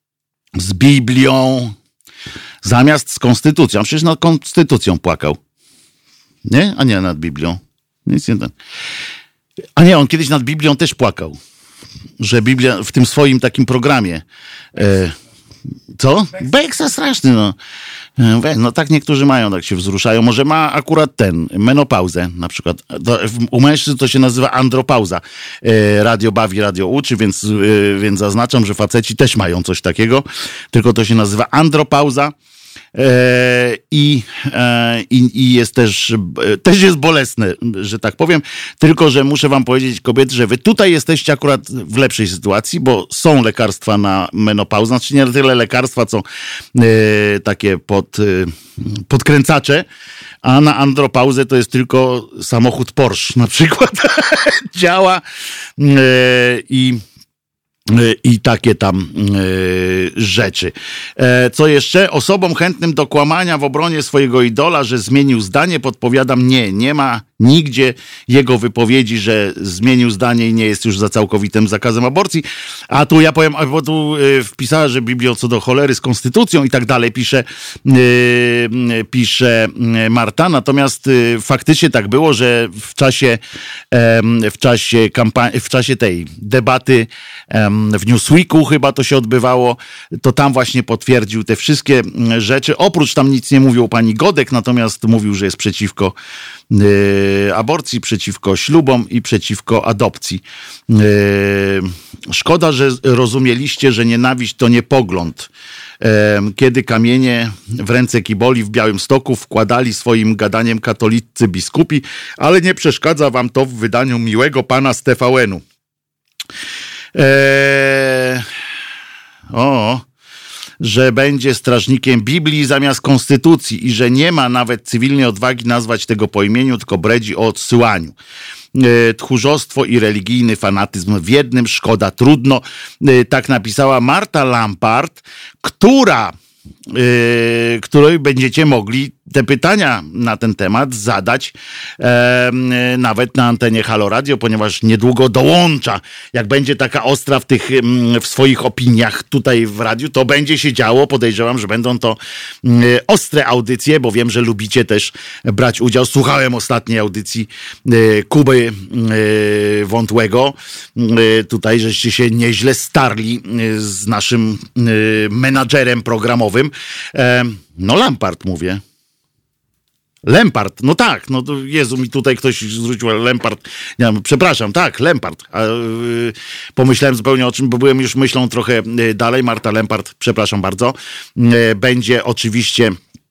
z Biblią zamiast z konstytucją. Przecież nad konstytucją płakał. Nie? A nie nad Biblią. Nic nie ten. A nie, on kiedyś nad Biblią też płakał. Że Biblia w tym swoim takim programie e, co? Beksa straszny, no. No tak niektórzy mają, tak się wzruszają. Może ma akurat ten, menopauzę na przykład. U mężczyzn to się nazywa andropauza. Radio bawi, radio uczy, więc, więc zaznaczam, że faceci też mają coś takiego. Tylko to się nazywa andropauza. E, i, e, i, i jest też, e, też jest bolesne, że tak powiem, tylko że muszę wam powiedzieć, kobiety, że wy tutaj jesteście akurat w lepszej sytuacji, bo są lekarstwa na menopauzę, znaczy nie tyle lekarstwa, co e, takie pod, e, podkręcacze, a na andropauzę to jest tylko samochód Porsche na przykład działa e, i I takie tam y, rzeczy. E, co jeszcze? Osobom chętnym do kłamania w obronie swojego idola, że zmienił zdanie, podpowiadam, nie, nie ma nigdzie jego wypowiedzi, że zmienił zdanie i nie jest już za całkowitym zakazem aborcji. A tu ja powiem, bo tu y, wpisała, że Biblią co do cholery z konstytucją i tak dalej pisze, y, pisze Marta. Natomiast y, faktycznie tak było, że w czasie, y, w czasie kampanii, w czasie tej debaty y, w Newsweeku chyba to się odbywało, to tam właśnie potwierdził te wszystkie rzeczy. Oprócz tam nic nie mówił pani Godek, natomiast mówił, że jest przeciwko y, aborcji, przeciwko ślubom i przeciwko adopcji. Y, szkoda, że rozumieliście, że nienawiść to nie pogląd. Y, kiedy kamienie w ręce kiboli w Białymstoku wkładali swoim gadaniem katolicy biskupi, ale nie przeszkadza wam to w wydaniu miłego pana z T V N-u. Eee, o, że będzie strażnikiem Biblii zamiast konstytucji i że nie ma nawet cywilnej odwagi nazwać tego po imieniu, tylko bredzi o odsyłaniu. E, tchórzostwo i religijny fanatyzm w jednym, szkoda, trudno. E, tak napisała Marta Lampart, która, e, której będziecie mogli te pytania na ten temat zadać e, nawet na antenie Halo Radio, ponieważ niedługo dołącza. Jak będzie taka ostra w tych w swoich opiniach tutaj w radiu, to będzie się działo. Podejrzewam, że będą to e, ostre audycje, bo wiem, że lubicie też brać udział. Słuchałem ostatniej audycji e, Kuby e, Wątłego. E, tutaj żeście się nieźle starli e, z naszym e, menadżerem programowym. E, no Lampart mówię. Lempart, no tak, no to Jezu, mi tutaj ktoś zwrócił, Lempart, nie, przepraszam, tak, Lempart. A, yy, pomyślałem zupełnie o czym, bo byłem już myślą trochę dalej. Marta Lempart, przepraszam bardzo, yy, będzie oczywiście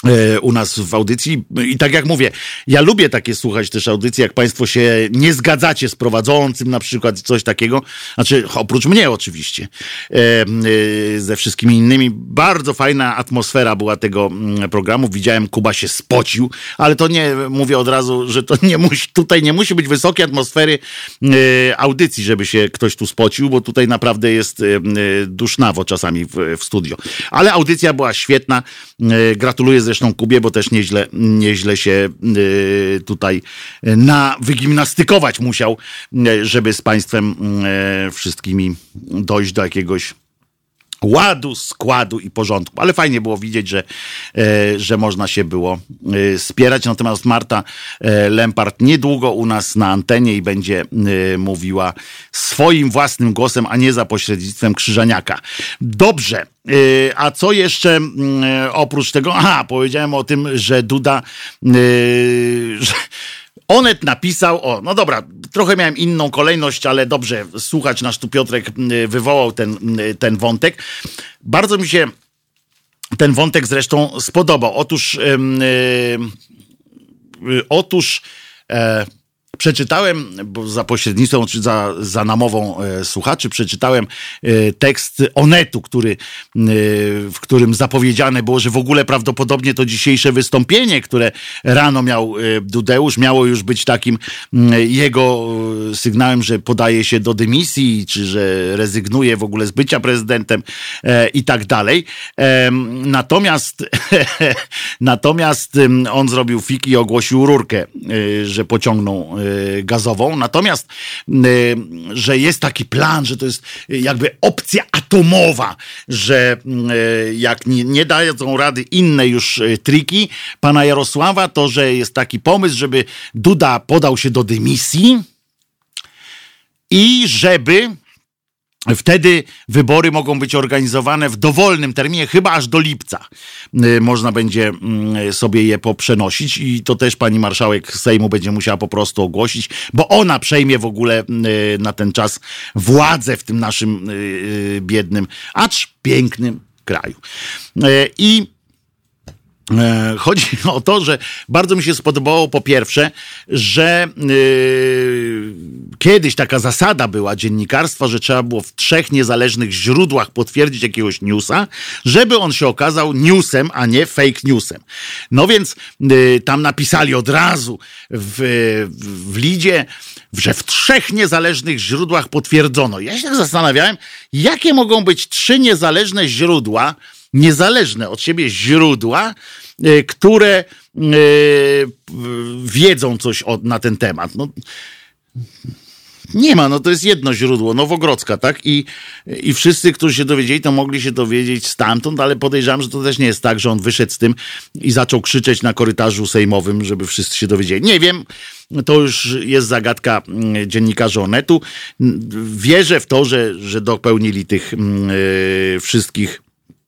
u nas w audycji i tak jak mówię, ja lubię takie słuchać też audycji, jak państwo się nie zgadzacie z prowadzącym na przykład, coś takiego, znaczy oprócz mnie oczywiście, e, e, ze wszystkimi innymi. Bardzo fajna atmosfera była tego programu, widziałem, Kuba się spocił, ale to nie, mówię od razu, że to nie musi, tutaj nie musi być wysokiej atmosfery e, audycji, żeby się ktoś tu spocił, bo tutaj naprawdę jest e, dusznawo czasami w, w studio, ale audycja była świetna, e, gratuluję zresztą Kubie, bo też nieźle, nieźle się y, tutaj na wygimnastykować musiał, żeby z państwem y, wszystkimi dojść do jakiegoś ładu, składu i porządku. Ale fajnie było widzieć, że, e, że można się było e, spierać. Natomiast Marta e, Lempart niedługo u nas na antenie i będzie e, mówiła swoim własnym głosem, a nie za pośrednictwem Krzyżaniaka. Dobrze. E, a co jeszcze e, oprócz tego? Aha, powiedziałem o tym, że Duda e, że Onet napisał, o, no dobra, trochę miałem inną kolejność, ale dobrze, słuchacz nasz tu Piotrek wywołał ten, ten wątek. Bardzo mi się ten wątek zresztą spodobał. Otóż, yy, yy, otóż e, przeczytałem, bo za pośrednictwem, czy za, za namową e, słuchaczy, przeczytałem e, tekst Onetu, który, e, w którym zapowiedziane było, że w ogóle prawdopodobnie to dzisiejsze wystąpienie, które rano miał e, Dudeusz, miało już być takim e, jego e, sygnałem, że podaje się do dymisji, czy że rezygnuje w ogóle z bycia prezydentem e, i tak dalej. E, natomiast natomiast e, on zrobił fiki i ogłosił rurkę, e, że pociągną e, gazową, natomiast że jest taki plan, że to jest jakby opcja atomowa, że jak nie, nie dają rady inne już triki pana Jarosława, to że jest taki pomysł, żeby Duda podał się do dymisji i żeby wtedy wybory mogą być organizowane w dowolnym terminie, chyba aż do lipca. Można będzie sobie je poprzenosić i to też pani marszałek Sejmu będzie musiała po prostu ogłosić, bo ona przejmie w ogóle na ten czas władzę w tym naszym biednym, acz pięknym kraju. I chodzi o to, że bardzo mi się spodobało po pierwsze, że yy, kiedyś taka zasada była dziennikarstwa, że trzeba było w trzech niezależnych źródłach potwierdzić jakiegoś newsa, żeby on się okazał newsem, a nie fake newsem. No więc yy, tam napisali od razu w, w, w lidzie, że w trzech niezależnych źródłach potwierdzono. Ja się tak zastanawiałem, jakie mogą być trzy niezależne źródła, niezależne od siebie źródła, y, które y, wiedzą coś o, na ten temat. No, nie ma, no to jest jedno źródło, Nowogrodzka, tak? I, I wszyscy, którzy się dowiedzieli, to mogli się dowiedzieć stamtąd, ale podejrzewam, że to też nie jest tak, że on wyszedł z tym i zaczął krzyczeć na korytarzu sejmowym, żeby wszyscy się dowiedzieli. Nie wiem, to już jest zagadka dziennikarzy Onetu. Wierzę w to, że, że dopełnili tych yy, wszystkich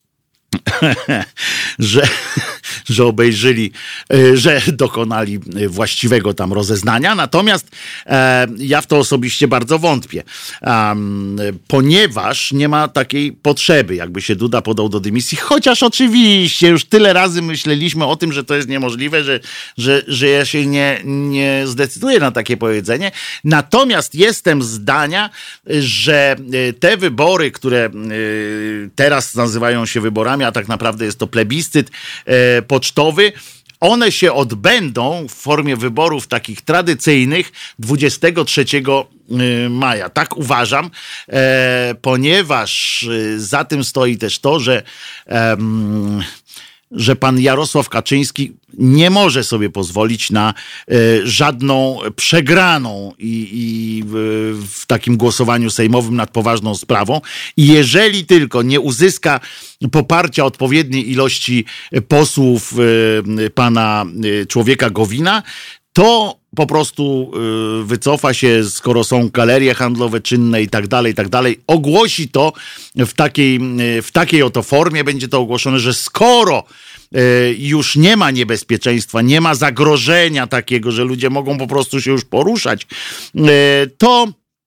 że, że obejrzyli, że dokonali właściwego tam rozeznania, natomiast e, ja w to osobiście bardzo wątpię, um, ponieważ nie ma takiej potrzeby, jakby się Duda podał do dymisji, chociaż oczywiście już tyle razy myśleliśmy o tym, że to jest niemożliwe, że, że, że ja się nie, nie zdecyduję na takie powiedzenie, natomiast jestem zdania, że te wybory, które teraz nazywają się wyborami, a tak naprawdę jest to plebiscyt e, pocztowy, one się odbędą w formie wyborów takich tradycyjnych dwudziestego trzeciego maja. Tak uważam, e, ponieważ za tym stoi też to, że e, że pan Jarosław Kaczyński nie może sobie pozwolić na e, żadną przegraną i, i w, w takim głosowaniu sejmowym nad poważną sprawą. I jeżeli tylko nie uzyska poparcia odpowiedniej ilości posłów e, pana e, Człowieka Gowina, to po prostu y, wycofa się, skoro są galerie handlowe czynne i tak dalej, i tak dalej. Ogłosi to w takiej, y, w takiej oto formie, będzie to ogłoszone, że skoro y, już nie ma niebezpieczeństwa, nie ma zagrożenia takiego, że ludzie mogą po prostu się już poruszać, y, to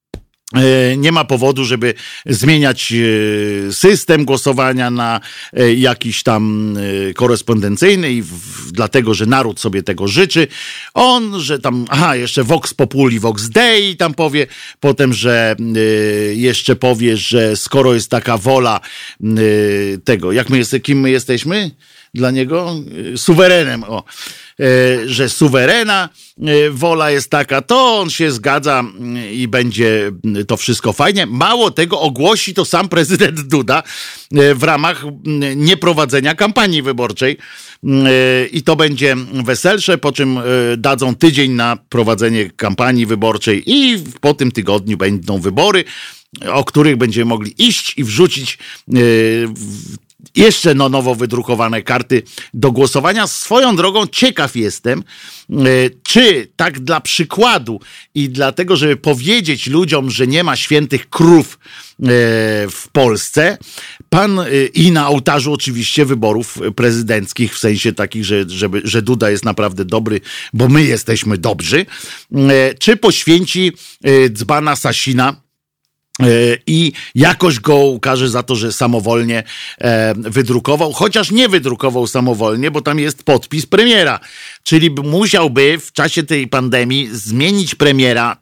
Nie ma powodu, żeby zmieniać system głosowania na jakiś tam korespondencyjny i w, dlatego, że naród sobie tego życzy. On, że tam, aha, jeszcze Vox Populi, Vox Dei tam powie, potem, że jeszcze powie, że skoro jest taka wola tego, jak my jesteśmy, kim my jesteśmy dla niego? Suwerenem, o. Że suwerena wola jest taka, to on się zgadza i będzie to wszystko fajnie. Mało tego, ogłosi to sam prezydent Duda w ramach nieprowadzenia kampanii wyborczej i to będzie weselsze, po czym dadzą tydzień na prowadzenie kampanii wyborczej i po tym tygodniu będą wybory, o których będziemy mogli iść i wrzucić jeszcze no nowo wydrukowane karty do głosowania. Swoją drogą ciekaw jestem, czy tak dla przykładu i dlatego, żeby powiedzieć ludziom, że nie ma świętych krów w Polsce, pan i na ołtarzu oczywiście wyborów prezydenckich, w sensie takich, że, żeby, że Duda jest naprawdę dobry, bo my jesteśmy dobrzy, czy poświęci dzbana Sasina i jakoś go ukaże za to, że samowolnie wydrukował, chociaż nie wydrukował samowolnie, bo tam jest podpis premiera, czyli musiałby w czasie tej pandemii zmienić premiera.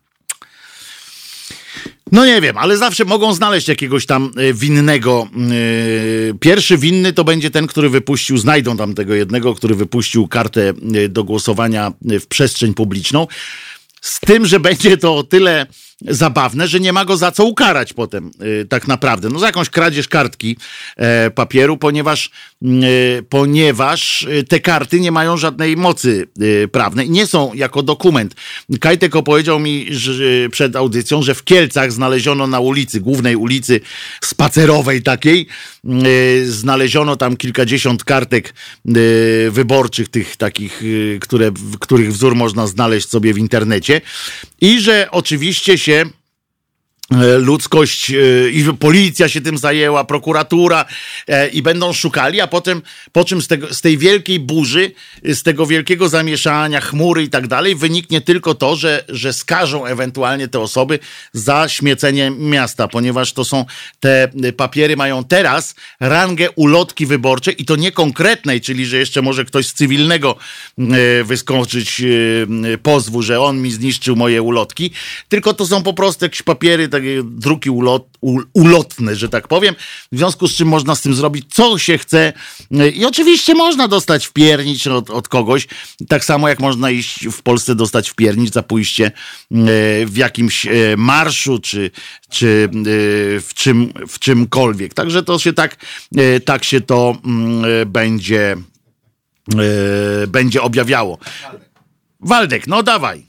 No nie wiem, ale zawsze mogą znaleźć jakiegoś tam winnego. Pierwszy winny to będzie ten, który wypuścił, znajdą tam tego jednego, który wypuścił kartę do głosowania w przestrzeń publiczną. Z tym, że będzie to o tyle zabawne, że nie ma go za co ukarać potem yy, tak naprawdę. No za jakąś kradzież kartki e, papieru, ponieważ, yy, ponieważ te karty nie mają żadnej mocy yy, prawnej. Nie są jako dokument. Kajtek opowiedział mi że, przed audycją, że w Kielcach znaleziono na ulicy, głównej ulicy spacerowej takiej, yy, znaleziono tam kilkadziesiąt kartek yy, wyborczych, tych takich, yy, które, których wzór można znaleźć sobie w internecie i że oczywiście się ludzkość i policja się tym zajęła, prokuratura i będą szukali, a potem, po czym z, tego, z tej wielkiej burzy, z tego wielkiego zamieszania, chmury i tak dalej, wyniknie tylko to, że, że skażą ewentualnie te osoby za śmiecenie miasta, ponieważ to są, te papiery mają teraz rangę ulotki wyborczej i to nie konkretnej, czyli że jeszcze może ktoś z cywilnego wyskoczyć pozwu, że on mi zniszczył moje ulotki, tylko to są po prostu jakieś papiery, takie druki ulot, ulotne, że tak powiem, w związku z czym można z tym zrobić co się chce i oczywiście można dostać wpiernicz od, od kogoś, tak samo jak można iść w Polsce dostać wpiernicz za pójście w jakimś marszu, czy, czy w, czym, w czymkolwiek. Także to się tak, tak się to będzie, będzie objawiało. Waldek, no dawaj.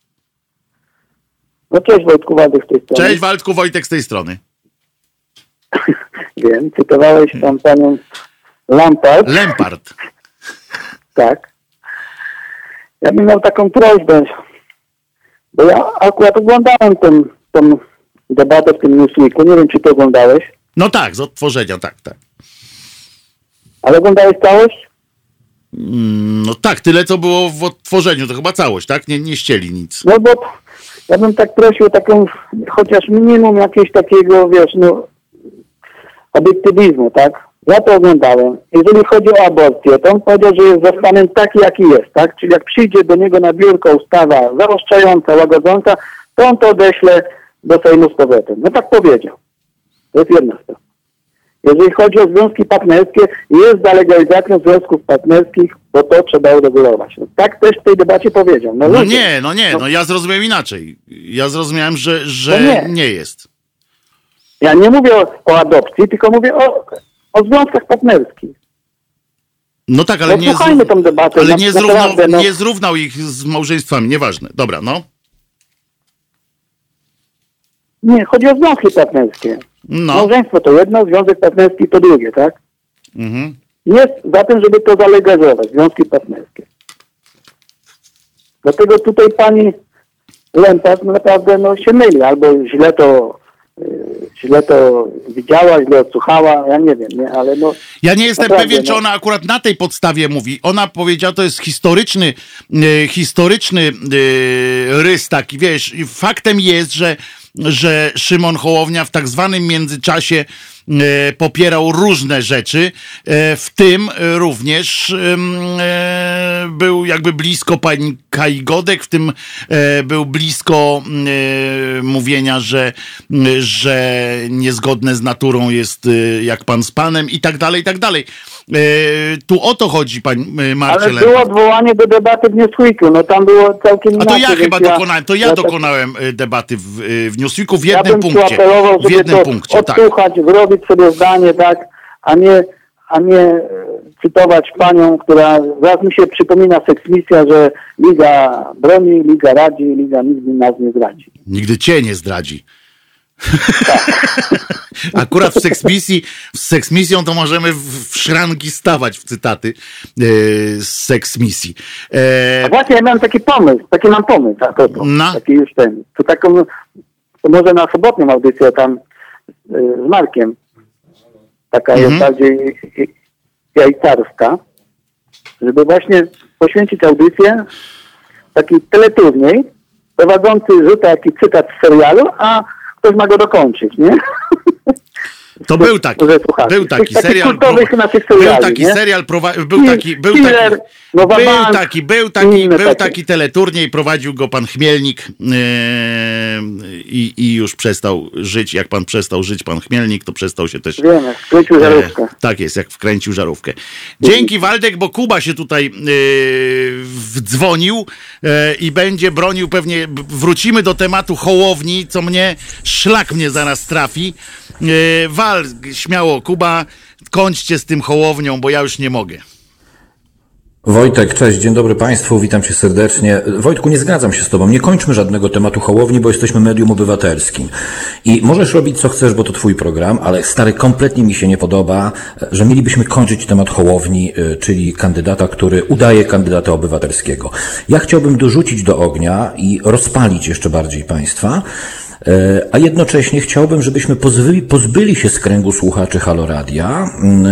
No cześć Wojtku, Waldek z tej strony. Cześć Waldku, Wojtek z tej strony. Wiem, cytowałeś tam panią Lampard. Lampard. Tak. Ja bym miał taką prośbę, bo ja akurat oglądałem tę, tę debatę w tym Newsweeku, nie wiem czy to oglądałeś. No tak, z odtworzenia, tak, tak. Ale oglądałeś całość? No tak, tyle co było w odtworzeniu, to chyba całość, tak? Nie, nie ścieli nic. No bo ja bym tak prosił o taką, chociaż minimum jakiegoś takiego, wiesz, no, obiektywizmu, tak? Ja to oglądałem. Jeżeli chodzi o aborcję, to on powiedział, że jest za stanem taki, jaki jest, tak? Czyli jak przyjdzie do niego na biurko ustawa zaostrzająca, łagodząca, to on to odeśle do Sejmu z powrotem. No tak powiedział. To jest jedna sprawa. Jeżeli chodzi o związki partnerskie, jest za legalizacją związków partnerskich, bo to trzeba uregulować. No, tak też w tej debacie powiedział. No, no ludzie, nie, no nie, no ja zrozumiałem inaczej. Ja zrozumiałem, że, że no nie. nie jest. Ja nie mówię o, o adopcji, tylko mówię o, o związkach partnerskich. No tak, ale, no, nie, zró- tą debatę, ale na, nie, zrównał, naprawdę, no. nie zrównał ich z małżeństwami, nieważne. Dobra, no. Nie, chodzi o związki partnerskie. No. Małżeństwo to jedno, związek partnerski to drugie, tak? Mhm. Jest za tym, żeby to zalegalizować, związki partnerskie. Dlatego tutaj pani Lampard naprawdę no, się myli, albo źle to yy, źle to widziała, źle odsłuchała, ja nie wiem, nie, ale no... Ja nie jestem naprawdę, pewien, czy no. ona akurat na tej podstawie mówi. Ona powiedziała, to jest historyczny, yy, historyczny yy, rys taki, wiesz, faktem jest, że że Szymon Hołownia w tak zwanym międzyczasie popierał różne rzeczy, w tym również był jakby blisko pani Kai Godek, w tym był blisko mówienia, że, że niezgodne z naturą jest jak pan z panem i tak dalej, i tak dalej. Tu o to chodzi, pani Marcie. Ale było odwołanie do debaty w Newsweeku, no tam było całkiem inaczej. A to ja chyba ja, dokonałem, to ja, ja dokonałem tak, debaty w, w Newsweeku w jednym ja bym punkcie. Apelował, żeby w jednym to punkcie, odsłuchać, tak. Zrobić sobie zdanie, tak, a nie, a nie cytować panią, która zaraz mi się przypomina seksmisja, że Liga broni, Liga radzi, Liga nigdy nas nie zdradzi. Nigdy cię nie zdradzi. Akurat w seksmisji, z seksmisją to możemy w, w szranki stawać w cytaty e, z seksmisji. E... A właśnie ja mam taki pomysł, taki mam pomysł, a to, to, no. taki już ten, to taką, to może na sobotnią audycję tam e, z Markiem, taka mhm. jest bardziej jajcarska, żeby właśnie poświęcić audycję taki teleturniej, prowadzący rzuca jakiś cytat z serialu, a ktoś ma go dokończyć, nie? To był taki, był taki serial, był taki serial, był taki, był taki, był taki, był taki, był taki teleturniej, prowadził go pan Chmielnik i, i już przestał żyć. Jak pan przestał żyć, pan Chmielnik, to przestał się też... Wiem, jak wkręcił żarówkę. Tak jest, jak wkręcił żarówkę. Dzięki, Waldek, bo Kuba się tutaj wdzwonił i będzie bronił pewnie, wrócimy do tematu Hołowni, co mnie, szlak mnie zaraz trafi. Wal, śmiało, Kuba, kończcie z tym Hołownią, bo ja już nie mogę. Wojtek, cześć, dzień dobry Państwu, witam Cię serdecznie. Wojtku, nie zgadzam się z Tobą, nie kończmy żadnego tematu Hołowni, bo jesteśmy medium obywatelskim. I możesz robić co chcesz, bo to Twój program, ale stary, kompletnie mi się nie podoba, że mielibyśmy kończyć temat Hołowni, czyli kandydata, który udaje kandydata obywatelskiego. Ja chciałbym dorzucić do ognia i rozpalić jeszcze bardziej Państwa, a jednocześnie chciałbym, żebyśmy pozbyli, pozbyli się z kręgu słuchaczy Halo Radia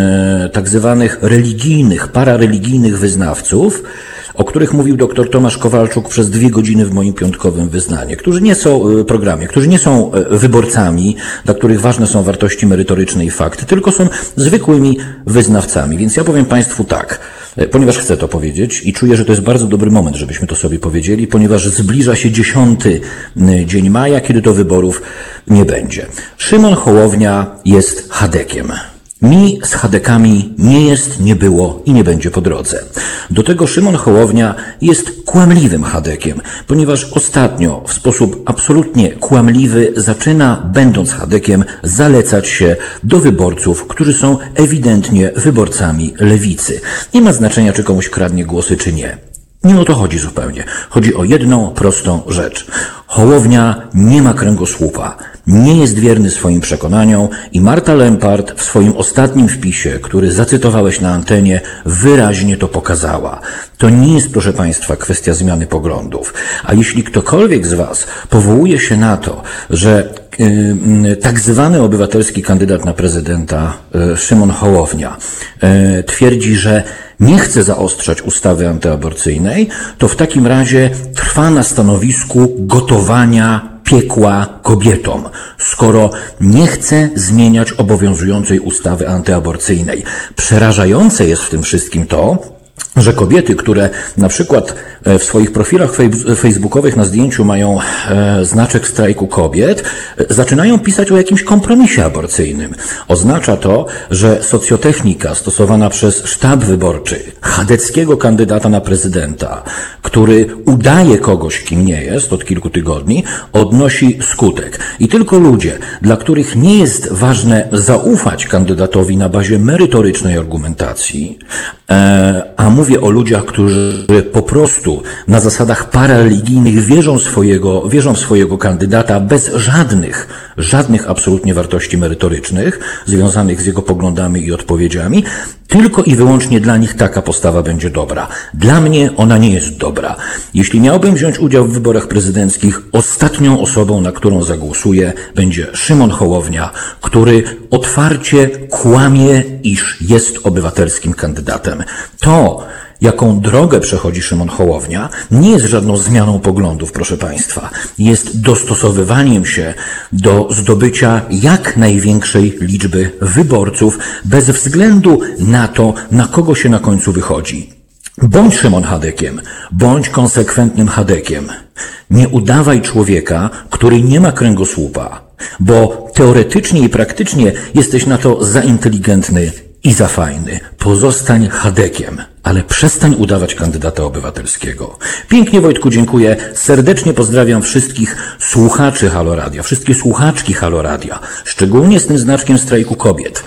tak zwanych religijnych, parareligijnych wyznawców, o których mówił dr Tomasz Kowalczuk przez dwie godziny w moim piątkowym wyznaniu, którzy nie są programie, którzy nie są wyborcami, dla których ważne są wartości merytoryczne i fakty, tylko są zwykłymi wyznawcami. Więc ja powiem Państwu tak, ponieważ chcę to powiedzieć i czuję, że to jest bardzo dobry moment, żebyśmy to sobie powiedzieli, ponieważ zbliża się dziesiąty dzień maja, kiedy to wyborów nie będzie. Szymon Hołownia jest chadekiem. Mi z chadekami nie jest, nie było i nie będzie po drodze. Do tego Szymon Hołownia jest kłamliwym chadekiem, ponieważ ostatnio w sposób absolutnie kłamliwy zaczyna, będąc chadekiem, zalecać się do wyborców, którzy są ewidentnie wyborcami lewicy. Nie ma znaczenia, czy komuś kradnie głosy, czy nie. Nie o to chodzi zupełnie. Chodzi o jedną prostą rzecz. Hołownia nie ma kręgosłupa, nie jest wierny swoim przekonaniom i Marta Lempart w swoim ostatnim wpisie, który zacytowałeś na antenie, wyraźnie to pokazała. To nie jest, proszę Państwa, kwestia zmiany poglądów. A jeśli ktokolwiek z Was powołuje się na to, że yy, tak zwany obywatelski kandydat na prezydenta yy, Szymon Hołownia yy, twierdzi, że nie chce zaostrzać ustawy antyaborcyjnej, to w takim razie trwa na stanowisku gotowania piekła kobietom, skoro nie chce zmieniać obowiązującej ustawy antyaborcyjnej. Przerażające jest w tym wszystkim to, że kobiety, które na przykład w swoich profilach facebookowych na zdjęciu mają znaczek strajku kobiet, zaczynają pisać o jakimś kompromisie aborcyjnym. Oznacza to, że socjotechnika stosowana przez sztab wyborczy chadeckiego kandydata na prezydenta, który udaje kogoś, kim nie jest od kilku tygodni, odnosi skutek. I tylko ludzie, dla których nie jest ważne zaufać kandydatowi na bazie merytorycznej argumentacji, a mówię o ludziach, którzy po prostu na zasadach parareligijnych wierzą swojego, wierzą w swojego kandydata bez żadnych, żadnych absolutnie wartości merytorycznych związanych z jego poglądami i odpowiedziami, tylko i wyłącznie dla nich taka postawa będzie dobra. Dla mnie ona nie jest dobra. Jeśli miałbym wziąć udział w wyborach prezydenckich, ostatnią osobą, na którą zagłosuję, będzie Szymon Hołownia, który otwarcie kłamie, iż jest obywatelskim kandydatem. To, jaką drogę przechodzi Szymon Hołownia, nie jest żadną zmianą poglądów, proszę Państwa. Jest dostosowywaniem się do zdobycia jak największej liczby wyborców, bez względu na to, na kogo się na końcu wychodzi. Bądź Szymon Hadekiem, bądź konsekwentnym Hadekiem. Nie udawaj człowieka, który nie ma kręgosłupa, bo teoretycznie i praktycznie jesteś na to za inteligentny i za fajny. Pozostań Hadekiem, ale przestań udawać kandydata obywatelskiego. Pięknie, Wojtku, dziękuję. Serdecznie pozdrawiam wszystkich słuchaczy Halo Radia, wszystkie słuchaczki Halo Radia, szczególnie z tym znaczkiem strajku kobiet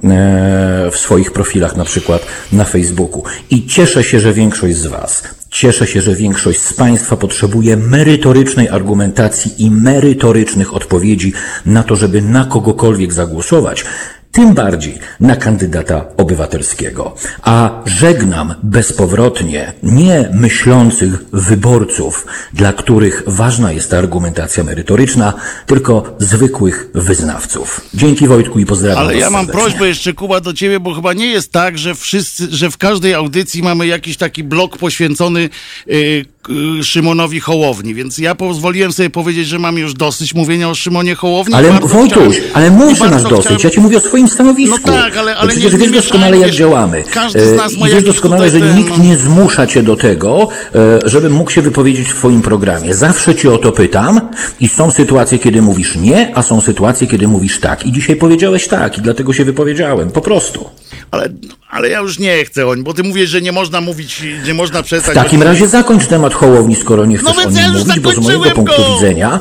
w swoich profilach, na przykład na Facebooku. I cieszę się, że większość z Was, cieszę się, że większość z Państwa potrzebuje merytorycznej argumentacji i merytorycznych odpowiedzi na to, żeby na kogokolwiek zagłosować. Tym bardziej na kandydata obywatelskiego. A żegnam bezpowrotnie nie myślących wyborców, dla których ważna jest ta argumentacja merytoryczna, tylko zwykłych wyznawców. Dzięki, Wojtku, i pozdrawiam. Ale ja mam serdecznie. prośbę jeszcze, Kuba, do ciebie, bo chyba nie jest tak, że wszyscy, że w każdej audycji mamy jakiś taki blok poświęcony yy, Szymonowi Hołowni, więc ja pozwoliłem sobie powiedzieć, że mam już dosyć mówienia o Szymonie Hołowni. Ale Wojtuś, chciałem, ale mów, że masz dosyć. Chciałem... Ja ci mówię o swoim stanowisku. No tak, ale, ale przecież nie, wiesz nie doskonale, jak wiesz, działamy. Każdy z nas ma I wiesz doskonale, że ten... nikt nie zmusza cię do tego, żebym mógł się wypowiedzieć w twoim programie. Zawsze cię o to pytam i są sytuacje, kiedy mówisz nie, a są sytuacje, kiedy mówisz tak. I dzisiaj powiedziałeś tak i dlatego się wypowiedziałem. Po prostu. Ale, ale ja już nie chcę, bo ty mówisz, że nie można mówić, nie można przestać... W takim razie zakończ temat Hołowni, skoro nie chcesz no o nim ja mówić, bo z mojego go. punktu widzenia...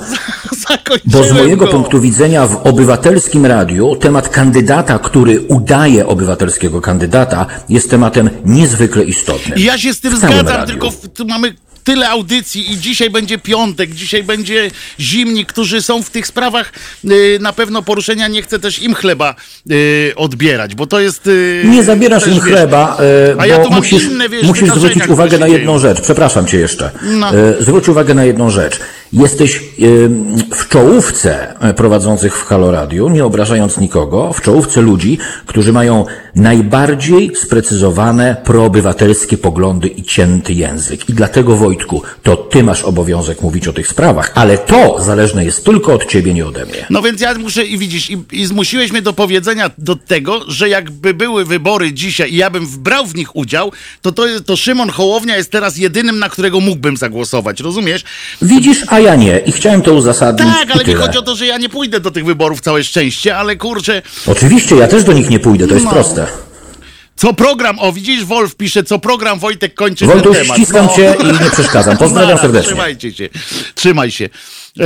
Bo z mojego go. punktu widzenia w Obywatelskim Radiu temat kandydata, który udaje obywatelskiego kandydata, jest tematem niezwykle istotnym. I ja się z tym w całym zgadzam, radiu. tylko w, tu mamy tyle audycji i dzisiaj będzie piątek, dzisiaj będzie Zimnik, którzy są w tych sprawach y, na pewno poruszenia, nie chcę też im chleba y, odbierać, bo to jest... Y, nie zabierasz też, im wiesz, chleba, y, a ja bo tu mam musisz, inne, wiesz, musisz zwrócić uwagę na jedną rzecz. Przepraszam cię jeszcze. No. Y, zwróć uwagę na jedną rzecz. Jesteś y, w czołówce prowadzących w Halo Radiu, nie obrażając nikogo, w czołówce ludzi, którzy mają najbardziej sprecyzowane proobywatelskie poglądy i cięty język. I dlatego, Wojtku, to ty masz obowiązek mówić o tych sprawach, ale to zależne jest tylko od ciebie, nie ode mnie. No więc ja muszę, i widzisz, i, i zmusiłeś mnie do powiedzenia do tego, że jakby były wybory dzisiaj i ja bym brał w nich udział, to, to, to Szymon Hołownia jest teraz jedynym, na którego mógłbym zagłosować, rozumiesz? Widzisz, a ja nie. I chciałem to uzasadnić. Tak, ale i nie tyle. chodzi o to, że ja nie pójdę do tych wyborów, całe szczęście, ale kurczę... Oczywiście, ja też do nich nie pójdę, to jest No. proste. Co program, o widzisz, Wolf pisze, co program, Wojtek kończy Wojtuś, ten temat. ściskam No. cię i nie przeszkadzam. Pozdrawiam Zaraz, serdecznie. Trzymajcie się, trzymaj się. E,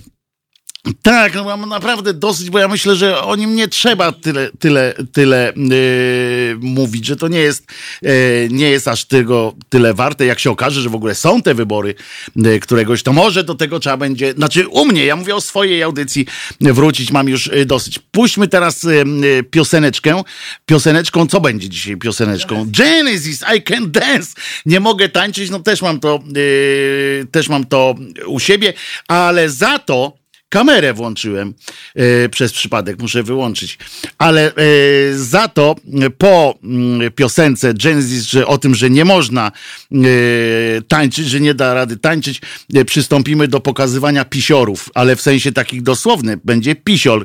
tak, no mam naprawdę dosyć, bo ja myślę, że o nim nie trzeba tyle, tyle, tyle yy, mówić, że to nie jest, yy, nie jest aż tego tyle warte. Jak się okaże, że w ogóle są te wybory yy, któregoś, to może do tego trzeba będzie, znaczy u mnie, ja mówię o swojej audycji, wrócić mam już yy, dosyć. Puśćmy teraz yy, pioseneczkę. Pioseneczką, co będzie dzisiaj pioseneczką? Genesis, I Can Dance. Nie mogę tańczyć, no też mam to, yy, też mam to u siebie, ale za to kamerę włączyłem e, przez przypadek, muszę wyłączyć. Ale e, za to po m, piosence Genesis, że o tym, że nie można e, tańczyć, że nie da rady tańczyć, e, przystąpimy do pokazywania pisiorów, ale w sensie takich dosłownych. Będzie pisior e,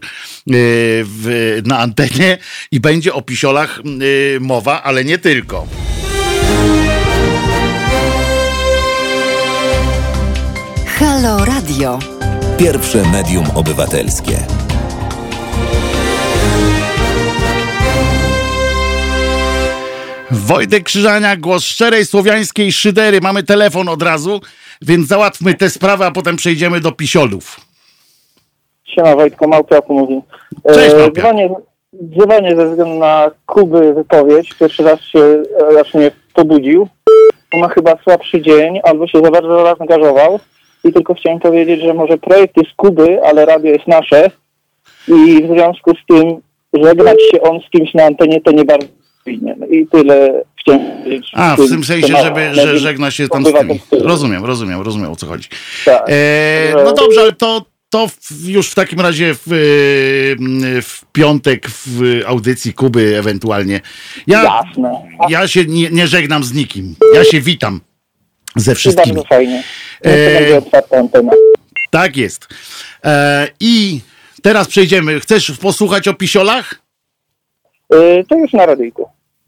w, na antenie i będzie o pisiolach e, mowa, ale nie tylko. Halo Radio. Pierwsze medium obywatelskie. Wojtek Krzyżania, głos szczerej słowiańskiej szydery. Mamy telefon od razu, więc załatwmy tę sprawę, a potem przejdziemy do pisiolów. Siema Wojtko, Małpiaku mówi. Cześć, Małpia. Dzwonię, dzwonię ze względu na Kuby wypowiedź. Pierwszy raz się aż mnie pobudził. Ma chyba słabszy dzień, albo się za bardzo zaangażował. I tylko chciałem powiedzieć, że może projekt jest Kuby, ale radio jest nasze. I w związku z tym żegnać się on z kimś na antenie to nie bardzo powinien. I tyle chciałem powiedzieć. A, w tym sensie, żeby, że żegna się tam z tymi. Rozumiem, rozumiem, rozumiem, o co chodzi. Tak. E, no dobrze, ale to to w, już w takim razie w, w piątek w audycji Kuby ewentualnie. Ja, Jasne. ja się nie, nie żegnam z nikim. Ja się witam ze wszystkimi. Bardzo fajnie. E, będzie otwarta antena. Tak jest. E, I teraz przejdziemy. Chcesz posłuchać o pisiolach? E, to już na radyjku.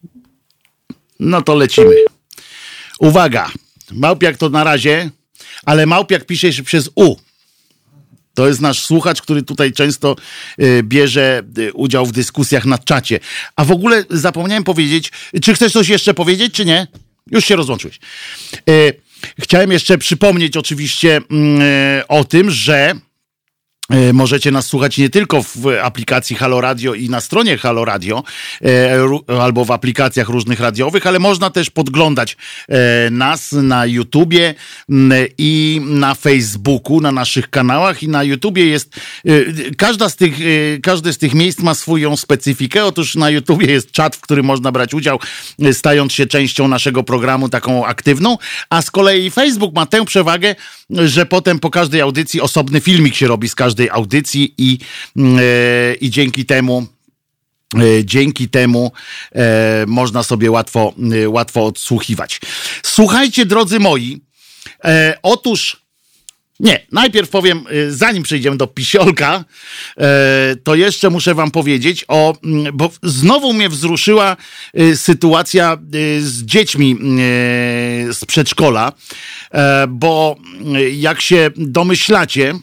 No to lecimy. Uwaga. Małpiak to na razie, ale Małpiak pisze się przez U. To jest nasz słuchacz, który tutaj często y, bierze y, udział w dyskusjach na czacie. A w ogóle zapomniałem powiedzieć, czy chcesz coś jeszcze powiedzieć, czy nie? Już się rozłączyłeś. Y, chciałem jeszcze przypomnieć oczywiście y, o tym, że możecie nas słuchać nie tylko w aplikacji Halo Radio i na stronie Halo Radio, e, albo w aplikacjach różnych radiowych, ale można też podglądać e, nas na YouTubie m, i na Facebooku, na naszych kanałach. I na YouTubie jest, e, każda z tych, e, każde z tych miejsc ma swoją specyfikę. Otóż na YouTubie jest czat, w którym można brać udział, e, stając się częścią naszego programu taką aktywną, a z kolei Facebook ma tę przewagę, że potem po każdej audycji osobny filmik się robi z każdej audycji i, e, i dzięki temu e, dzięki temu e, można sobie łatwo, e, łatwo odsłuchiwać. Słuchajcie, drodzy moi, e, otóż nie, najpierw powiem, zanim przejdziemy do pisiolka, to jeszcze muszę wam powiedzieć o, bo znowu mnie wzruszyła sytuacja z dziećmi z przedszkola, bo jak się domyślacie,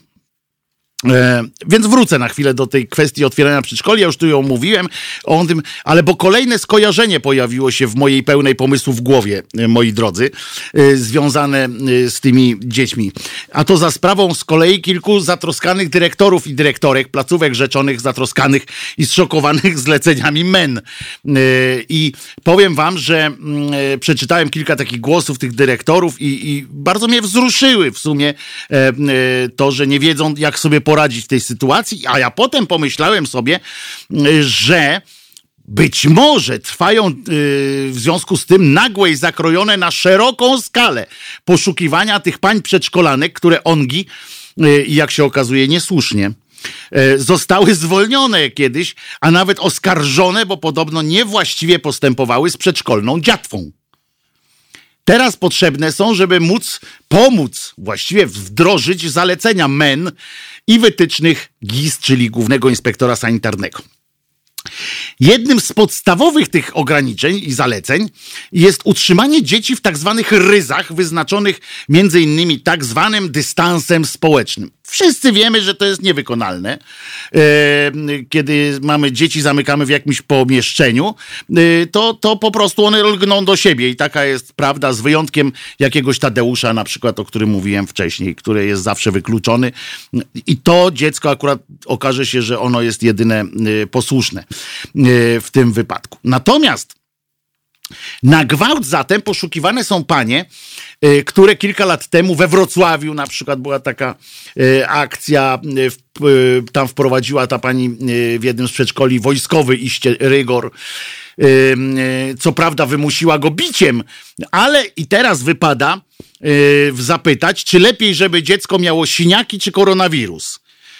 E, więc wrócę na chwilę do tej kwestii otwierania przedszkoli. Ja już tu ją mówiłem o tym, ale bo kolejne skojarzenie pojawiło się w mojej pełnej pomysłu w głowie, e, moi drodzy, e, związane e, z tymi dziećmi. A to za sprawą z kolei kilku zatroskanych dyrektorów i dyrektorek placówek rzeczonych, zatroskanych i zszokowanych zleceniami M E N. E, I powiem wam, że e, przeczytałem kilka takich głosów tych dyrektorów i, i bardzo mnie wzruszyły w sumie e, e, to, że nie wiedzą, jak sobie poradzić w tej sytuacji, a ja potem pomyślałem sobie, że być może trwają yy, w związku z tym nagłe i zakrojone na szeroką skalę poszukiwania tych pań przedszkolanek, które ongi, yy, jak się okazuje niesłusznie, yy, zostały zwolnione kiedyś, a nawet oskarżone, bo podobno niewłaściwie postępowały z przedszkolną dziatwą. Teraz potrzebne są, żeby móc pomóc, właściwie wdrożyć zalecenia M E N i wytycznych G I S, czyli Głównego Inspektora Sanitarnego. Jednym z podstawowych tych ograniczeń i zaleceń jest utrzymanie dzieci w tak zwanych ryzach wyznaczonych między innymi tak zwanym dystansem społecznym. Wszyscy wiemy, że to jest niewykonalne. Kiedy mamy dzieci, zamykamy w jakimś pomieszczeniu, to, to po prostu one lgną do siebie i taka jest prawda, z wyjątkiem jakiegoś Tadeusza na przykład, o którym mówiłem wcześniej, który jest zawsze wykluczony i to dziecko akurat okaże się, że ono jest jedyne posłuszne w tym wypadku. Natomiast na gwałt zatem poszukiwane są panie, które kilka lat temu we Wrocławiu na przykład była taka akcja, tam wprowadziła ta pani w jednym z przedszkoli wojskowy iście rygor. Co prawda wymusiła go biciem, ale i teraz wypada zapytać, czy lepiej, żeby dziecko miało siniaki czy koronawirus.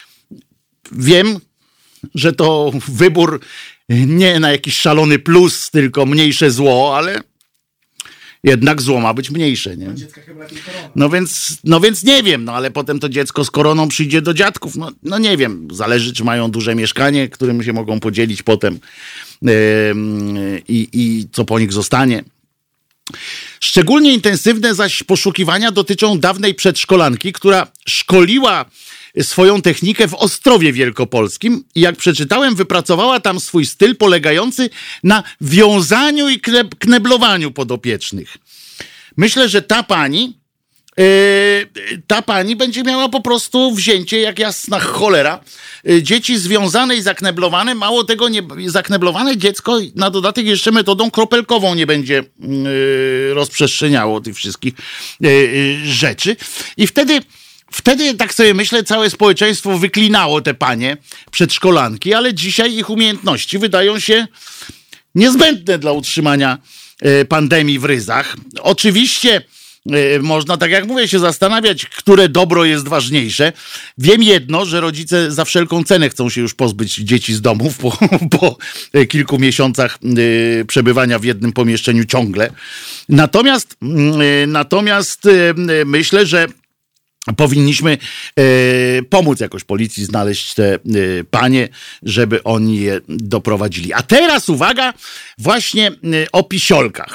Wiem, że to wybór nie na jakiś szalony plus, tylko mniejsze zło, ale jednak zło ma być mniejsze, nie? No więc, no więc nie wiem, no ale potem to dziecko z koroną przyjdzie do dziadków, no, no nie wiem, zależy, czy mają duże mieszkanie, którym się mogą podzielić potem yy, i, i co po nich zostanie. Szczególnie intensywne zaś poszukiwania dotyczą dawnej przedszkolanki, która szkoliła swoją technikę w Ostrowie Wielkopolskim i jak przeczytałem, wypracowała tam swój styl polegający na wiązaniu i kneblowaniu podopiecznych. Myślę, że ta pani yy, ta pani będzie miała po prostu wzięcie jak jasna cholera. Yy, dzieci związane i zakneblowane, mało tego, nie, zakneblowane dziecko na dodatek jeszcze metodą kropelkową nie będzie yy, rozprzestrzeniało tych wszystkich yy, yy, rzeczy. I wtedy Wtedy, tak sobie myślę, całe społeczeństwo wyklinało te panie przedszkolanki, ale dzisiaj ich umiejętności wydają się niezbędne dla utrzymania pandemii w ryzach. Oczywiście można, tak jak mówię, się zastanawiać, które dobro jest ważniejsze. Wiem jedno, że rodzice za wszelką cenę chcą się już pozbyć dzieci z domów po, po kilku miesiącach przebywania w jednym pomieszczeniu ciągle. Natomiast, natomiast myślę, że powinniśmy e, pomóc jakoś policji znaleźć te e, panie, żeby oni je doprowadzili. A teraz uwaga, właśnie e, o pisiolkach.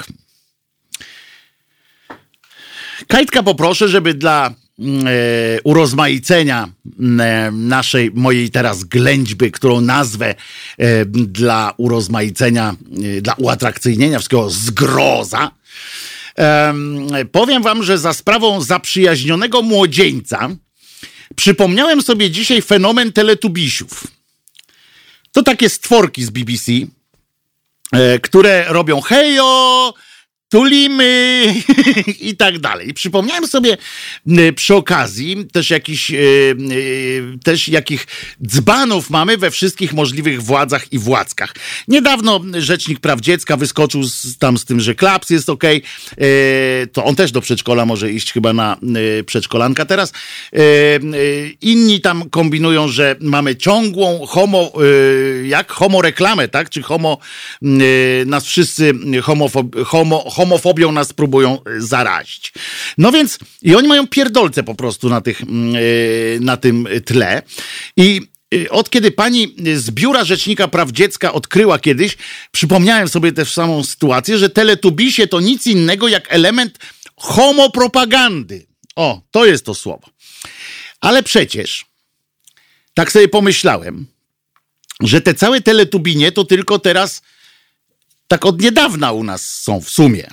Kajtka, poproszę, żeby dla e, urozmaicenia e, naszej, mojej teraz ględźby, którą nazwę e, dla urozmaicenia, e, dla uatrakcyjnienia wszystkiego zgroza, Um, powiem wam, że za sprawą zaprzyjaźnionego młodzieńca przypomniałem sobie dzisiaj fenomen teletubisiów. To takie stworki z B B C, e, które robią hejo, tulimy i tak dalej. I przypomniałem sobie y, przy okazji też jakiś, y, y, też jakich dzbanów mamy we wszystkich możliwych władzach i władzkach. Niedawno Rzecznik Praw Dziecka wyskoczył z, tam z tym, że klaps jest okej. Y, to on też do przedszkola może iść chyba na y, przedszkolanka teraz. Y, y, inni tam kombinują, że mamy ciągłą homo, y, jak homoreklamę, tak? Czy homo, y, nas wszyscy homofob, homo, homofobią nas próbują zarazić. No więc i oni mają pierdolce po prostu na, tych, na tym tle. I od kiedy pani z Biura Rzecznika Praw Dziecka odkryła kiedyś, przypomniałem sobie też samą sytuację, że teletubisie to nic innego jak element homopropagandy. O, to jest to słowo. Ale przecież tak sobie pomyślałem, że te całe teletubinie to tylko teraz tak od niedawna u nas są w sumie.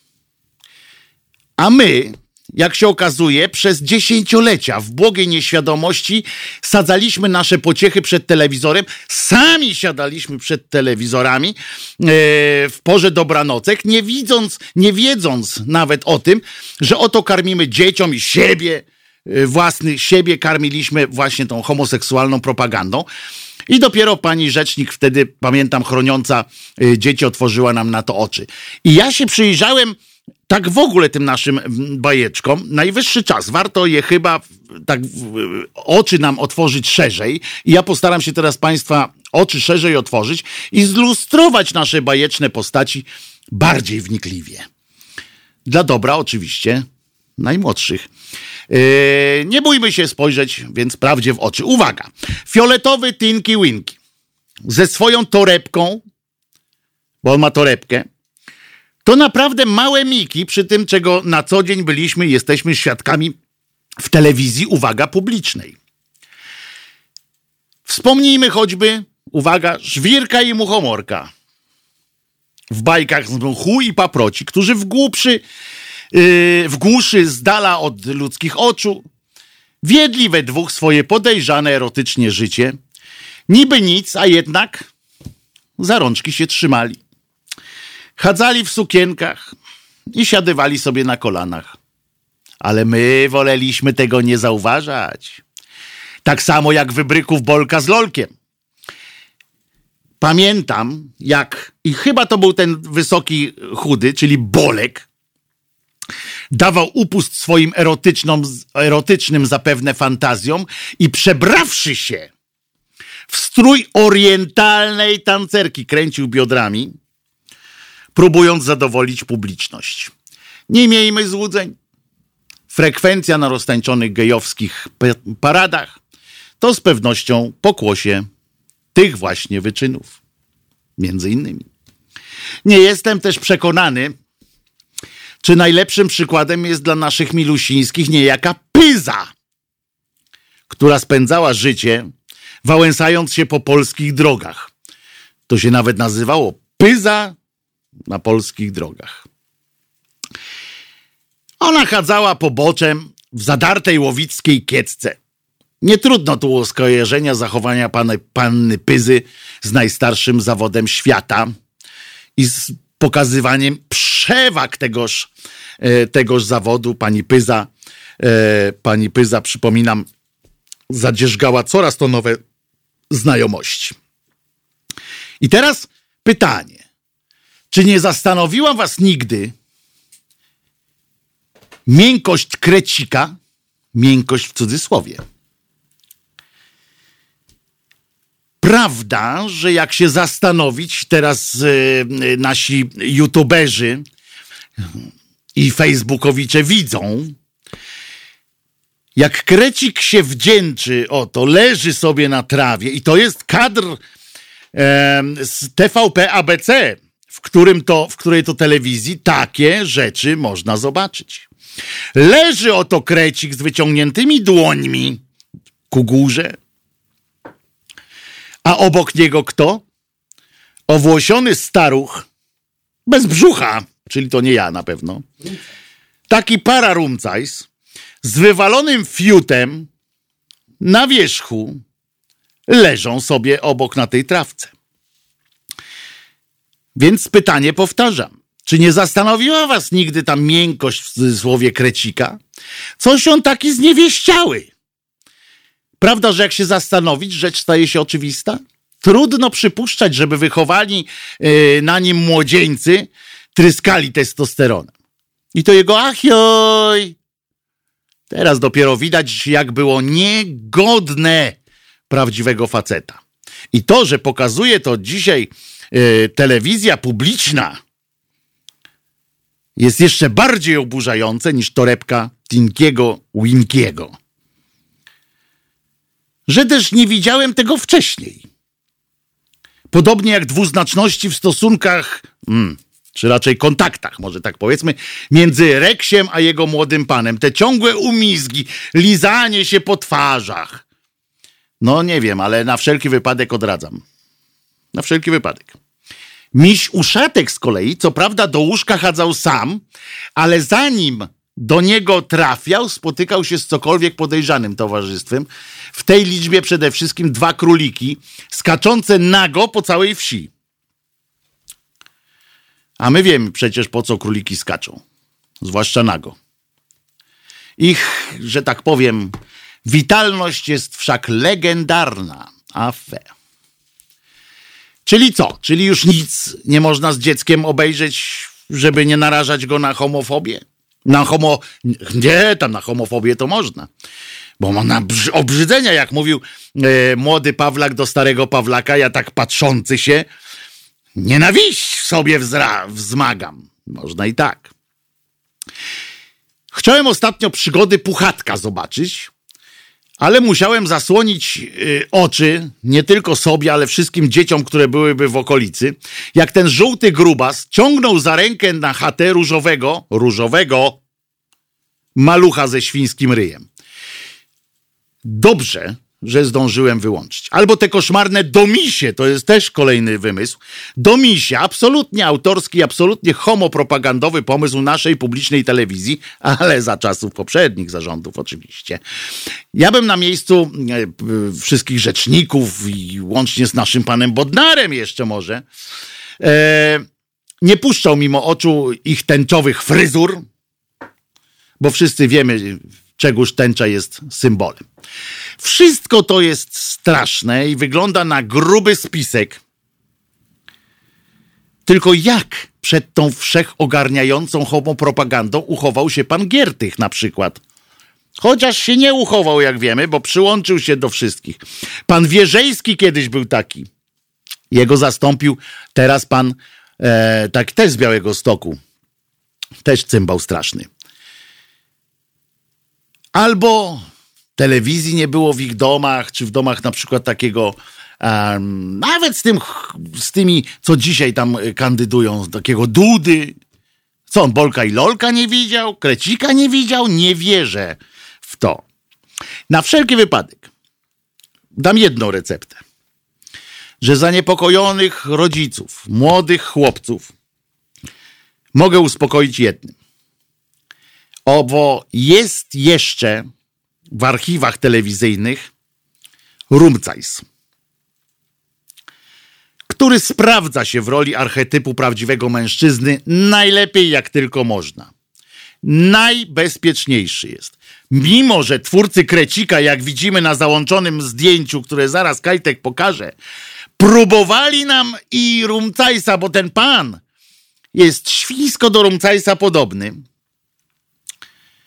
A my, jak się okazuje, przez dziesięciolecia w błogiej nieświadomości sadzaliśmy nasze pociechy przed telewizorem, sami siadaliśmy przed telewizorami e, w porze dobranocek, nie widząc, nie wiedząc nawet o tym, że oto karmimy dzieciom i siebie, e, własnych siebie karmiliśmy właśnie tą homoseksualną propagandą. I dopiero pani rzecznik wtedy, pamiętam, chroniąca y, dzieci otworzyła nam na to oczy. I ja się przyjrzałem tak w ogóle tym naszym bajeczkom. Najwyższy czas. Warto je chyba tak y, oczy nam otworzyć szerzej. I ja postaram się teraz państwa oczy szerzej otworzyć i zlustrować nasze bajeczne postaci bardziej wnikliwie. Dla dobra oczywiście najmłodszych. Yy, nie bójmy się spojrzeć więc prawdzie w oczy. Uwaga! Fioletowy Tinky Winky ze swoją torebką, bo on ma torebkę, to naprawdę małe miki przy tym, czego na co dzień byliśmy i jesteśmy świadkami w telewizji, uwaga, publicznej. Wspomnijmy choćby, uwaga, Żwirka i Muchomorka w bajkach z mchu i paproci, którzy w głupszy w głuszy, z dala od ludzkich oczu, wiedli we dwóch swoje podejrzane erotycznie życie. Niby nic, a jednak za rączki się trzymali. Chadzali w sukienkach i siadywali sobie na kolanach. Ale my woleliśmy tego nie zauważać. Tak samo jak wybryków Bolka z Lolkiem. Pamiętam, jak, i chyba to był ten wysoki, chudy, czyli Bolek, dawał upust swoim erotycznom, erotycznym zapewne fantazjom i przebrawszy się w strój orientalnej tancerki, kręcił biodrami, próbując zadowolić publiczność. Nie miejmy złudzeń. Frekwencja na roztańczonych gejowskich paradach to z pewnością pokłosie tych właśnie wyczynów. Między innymi. Nie jestem też przekonany, czy najlepszym przykładem jest dla naszych milusińskich niejaka Pyza, która spędzała życie wałęsając się po polskich drogach. To się nawet nazywało Pyza na polskich drogach. Ona chadzała poboczem w zadartej łowickiej kiecce. Nie trudno tu o skojarzenia zachowania panny, panny Pyzy z najstarszym zawodem świata i z pokazywaniem przewag tegoż, tegoż zawodu. Pani Pyza, pani Pyza, przypominam, zadzierzgała coraz to nowe znajomości. I teraz pytanie. Czy nie zastanowiła was nigdy, Miękkość krecika, miękkość w cudzysłowie. Prawda, że jak się zastanowić, teraz y, nasi youtuberzy i facebookowicze widzą, jak krecik się wdzięczy, oto leży sobie na trawie i to jest kadr e, z T V P A B C, w, którym to, w której to telewizji takie rzeczy można zobaczyć. Leży oto krecik z wyciągniętymi dłońmi ku górze, a obok niego kto? Owłosiony staruch, bez brzucha, czyli to nie ja na pewno, taki pararumcajs, z wywalonym fiutem na wierzchu leżą sobie obok na tej trawce. Więc pytanie powtarzam. Czy nie zastanowiła was nigdy ta miękkość w cudzysłowie krecika? Coś on taki zniewieściały. Prawda, że jak się zastanowić, rzecz staje się oczywista? Trudno przypuszczać, żeby wychowani yy, na nim młodzieńcy tryskali testosteronem. I to jego achioj! Teraz dopiero widać, jak było niegodne prawdziwego faceta. I to, że pokazuje to dzisiaj yy, telewizja publiczna, jest jeszcze bardziej oburzające niż torebka Tinkiego Winkiego. Że też nie widziałem tego wcześniej. Podobnie jak dwuznaczności w stosunkach, hmm, czy raczej kontaktach, może tak powiedzmy, między Reksiem a jego młodym panem. Te ciągłe umizgi, lizanie się po twarzach. No nie wiem, ale na wszelki wypadek odradzam. Na wszelki wypadek. Miś Uszatek z kolei, co prawda do łóżka chadzał sam, ale zanim do niego trafiał, spotykał się z cokolwiek podejrzanym towarzystwem. W tej liczbie przede wszystkim dwa króliki skaczące nago po całej wsi. A my wiemy przecież, po co króliki skaczą. Zwłaszcza nago. Ich, że tak powiem, witalność jest wszak legendarna. A fe. Czyli co? Czyli już nic nie można z dzieckiem obejrzeć, żeby nie narażać go na homofobię? Na homo... Nie, tam na homofobię to można. Bo ma na brz... obrzydzenia, jak mówił e, młody Pawlak do starego Pawlaka, ja tak patrzący się, nienawiść w sobie wzra... wzmagam. Można i tak. Chciałem ostatnio przygody Puchatka zobaczyć, ale musiałem zasłonić y, oczy nie tylko sobie, ale wszystkim dzieciom, które byłyby w okolicy, jak ten żółty grubas ciągnął za rękę na chatę różowego, różowego malucha ze świńskim ryjem. Dobrze, że zdążyłem wyłączyć. Albo te koszmarne Domisie, to jest też kolejny wymysł. Domisie, absolutnie autorski, absolutnie homopropagandowy pomysł naszej publicznej telewizji, ale za czasów poprzednich zarządów oczywiście. Ja bym na miejscu e, wszystkich rzeczników i łącznie z naszym panem Bodnarem jeszcze może e, nie puszczał mimo oczu ich tęczowych fryzur, bo wszyscy wiemy, czegóż tęcza jest symbolem. Wszystko to jest straszne i wygląda na gruby spisek. Tylko jak przed tą wszechogarniającą homopropagandą uchował się pan Giertych na przykład? Chociaż się nie uchował, jak wiemy, bo przyłączył się do wszystkich. Pan Wierzejski kiedyś był taki. Jego zastąpił teraz pan, e, tak też z Białegostoku. Też cymbał straszny. Albo telewizji nie było w ich domach, czy w domach na przykład takiego, um, nawet z, tym, z tymi, co dzisiaj tam kandydują, takiego Dudy. Co on, Bolka i Lolka nie widział? Krecika nie widział? Nie wierzę w to. Na wszelki wypadek dam jedną receptę. Że zaniepokojonych rodziców, młodych chłopców mogę uspokoić jednym. Obo jest jeszcze w archiwach telewizyjnych Rumcajs, który sprawdza się w roli archetypu prawdziwego mężczyzny najlepiej jak tylko można. Najbezpieczniejszy jest. Mimo że twórcy Krecika, jak widzimy na załączonym zdjęciu, które zaraz Kajtek pokaże, próbowali nam i Rumcajsa, bo ten pan jest świńsko do Rumcajsa podobny,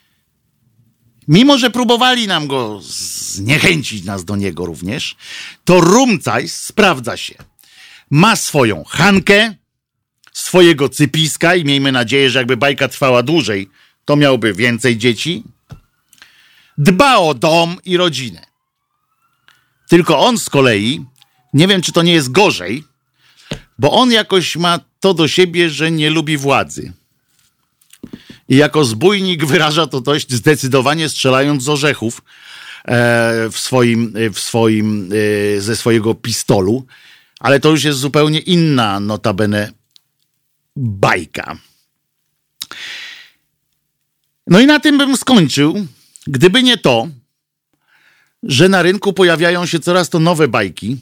mimo że próbowali nam go zniechęcić nas do niego również, to Rumcaj sprawdza się. Ma swoją Hankę, swojego cypiska i miejmy nadzieję, że jakby bajka trwała dłużej, to miałby więcej dzieci. Dba o dom i rodzinę. Tylko on z kolei, nie wiem, czy to nie jest gorzej, bo on jakoś ma to do siebie, że nie lubi władzy. I jako zbójnik wyraża to dość zdecydowanie, strzelając z orzechów e, w swoim, w swoim, e, ze swojego pistolu. Ale to już jest zupełnie inna, notabene, bajka. No i na tym bym skończył, gdyby nie to, że na rynku pojawiają się coraz to nowe bajki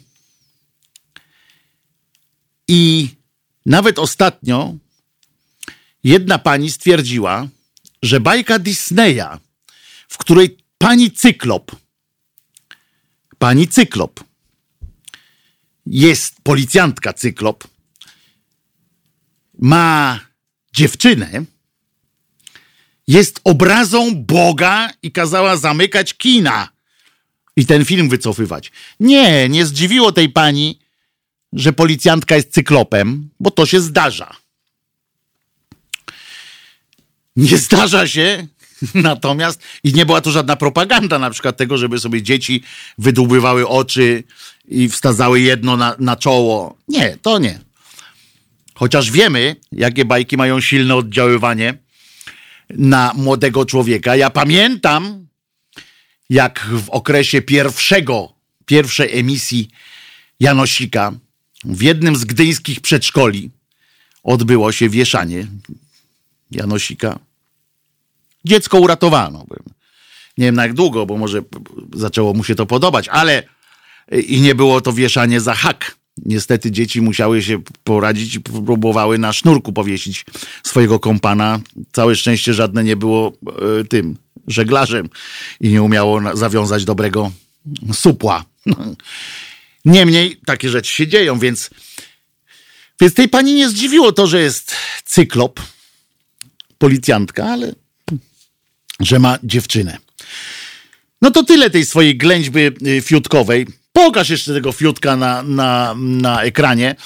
i nawet ostatnio jedna pani stwierdziła, że bajka Disneya, w której pani Cyklop, pani Cyklop, jest policjantka Cyklop, ma dziewczynę, jest obrazą Boga i kazała zamykać kina i ten film wycofywać. Nie, nie zdziwiło tej pani, że policjantka jest cyklopem, bo to się zdarza. Nie zdarza się natomiast, i nie była to żadna propaganda na przykład tego, żeby sobie dzieci wydłubywały oczy i wsadzały jedno na, na czoło. Nie, to nie. Chociaż wiemy, jakie bajki mają silne oddziaływanie na młodego człowieka. Ja pamiętam, jak w okresie pierwszego, pierwszej emisji Janosika w jednym z gdyńskich przedszkoli odbyło się wieszanie Janosika. Dziecko uratowano. Nie wiem na jak długo, bo może zaczęło mu się to podobać, ale i nie było to wieszanie za hak. Niestety dzieci musiały się poradzić i próbowały na sznurku powiesić swojego kompana. Całe szczęście żadne nie było e, tym żeglarzem i nie umiało na, zawiązać dobrego supła. Niemniej takie rzeczy się dzieją, więc, więc tej pani nie zdziwiło to, że jest cyklop, policjantka, ale że ma dziewczynę. No to tyle tej swojej ględźby fiutkowej. Pokaż jeszcze tego fiutka na, na, na ekranie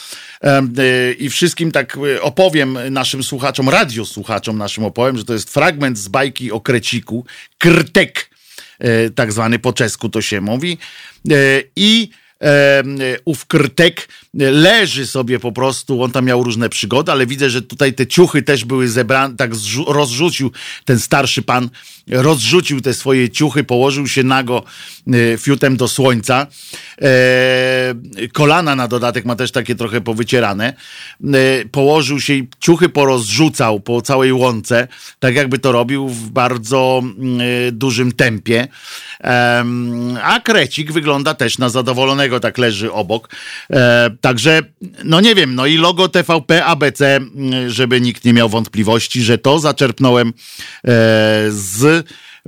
i wszystkim tak opowiem naszym słuchaczom, radiosłuchaczom naszym opowiem, że to jest fragment z bajki o kreciku, krtek, tak zwany po czesku to się mówi, i ów krtek leży sobie po prostu, on tam miał różne przygody, ale widzę, że tutaj te ciuchy też były zebrane, tak zrzu- rozrzucił ten starszy pan, rozrzucił te swoje ciuchy, położył się nago e, fiutem do słońca, e, kolana na dodatek ma też takie trochę powycierane, e, położył się i ciuchy porozrzucał po całej łące, tak jakby to robił w bardzo e, dużym tempie, e, a krecik wygląda też na zadowolonego, tak leży obok. E, także, no nie wiem, no i logo T V P A B C, żeby nikt nie miał wątpliwości, że to zaczerpnąłem e, z e,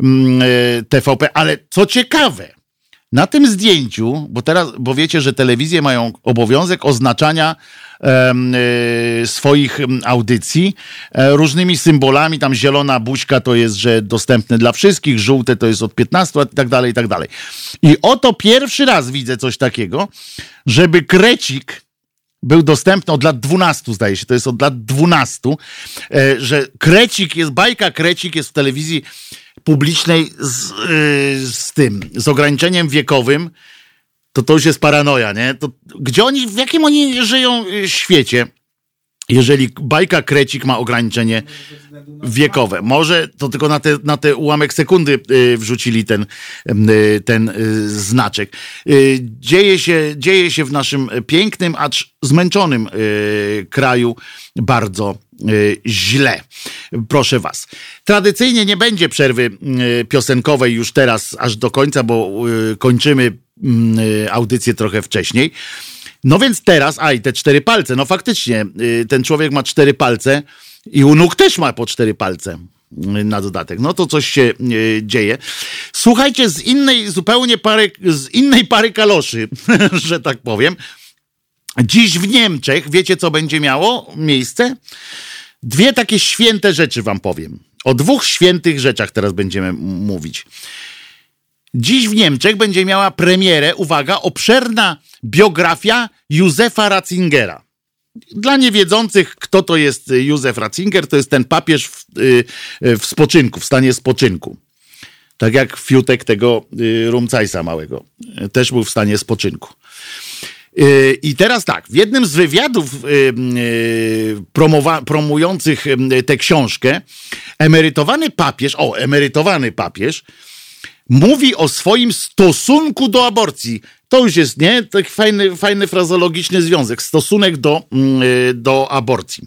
T V P, ale co ciekawe, na tym zdjęciu, bo teraz, bo wiecie, że telewizje mają obowiązek oznaczania e, e, swoich audycji e, różnymi symbolami, tam zielona buźka to jest, że dostępne dla wszystkich, żółte to jest od piętnastu lat i tak dalej, i tak dalej. I oto pierwszy raz widzę coś takiego, żeby krecik był dostępny od lat dwunastu, zdaje się, to jest od lat dwunastu, e, że krecik jest, bajka krecik jest w telewizji publicznej z, yy, z tym, z ograniczeniem wiekowym, to to już jest paranoja, nie? To, gdzie oni, w jakim oni żyją świecie, jeżeli bajka krecik ma ograniczenie wiekowe? Może to tylko na te, na te ułamek sekundy yy, wrzucili ten, yy, ten yy, znaczek. Yy, dzieje się, dzieje się w naszym pięknym, acz zmęczonym yy, kraju bardzo yy, źle. Proszę was. Tradycyjnie nie będzie przerwy yy, piosenkowej już teraz aż do końca, bo yy, kończymy yy, audycję trochę wcześniej. No więc teraz, a i te cztery palce, no faktycznie, yy, ten człowiek ma cztery palce i u nóg też ma po cztery palce yy, na dodatek. No to coś się yy, dzieje. Słuchajcie, z innej, zupełnie pary, z innej pary kaloszy, że tak powiem. Dziś w Niemczech, wiecie co będzie miało miejsce? Dwie takie święte rzeczy wam powiem. O dwóch świętych rzeczach teraz będziemy m- mówić. Dziś w Niemczech będzie miała premierę, uwaga, obszerna biografia Józefa Ratzingera. Dla niewiedzących, kto to jest Józef Ratzinger, to jest ten papież w, w spoczynku, w stanie spoczynku. Tak jak fiutek tego Rumcajsa małego. Też był w stanie spoczynku. I teraz tak, w jednym z wywiadów promowa- promujących tę książkę emerytowany papież, o, emerytowany papież mówi o swoim stosunku do aborcji. To już jest, nie? Tak fajny, fajny frazologiczny związek. Stosunek do, do aborcji.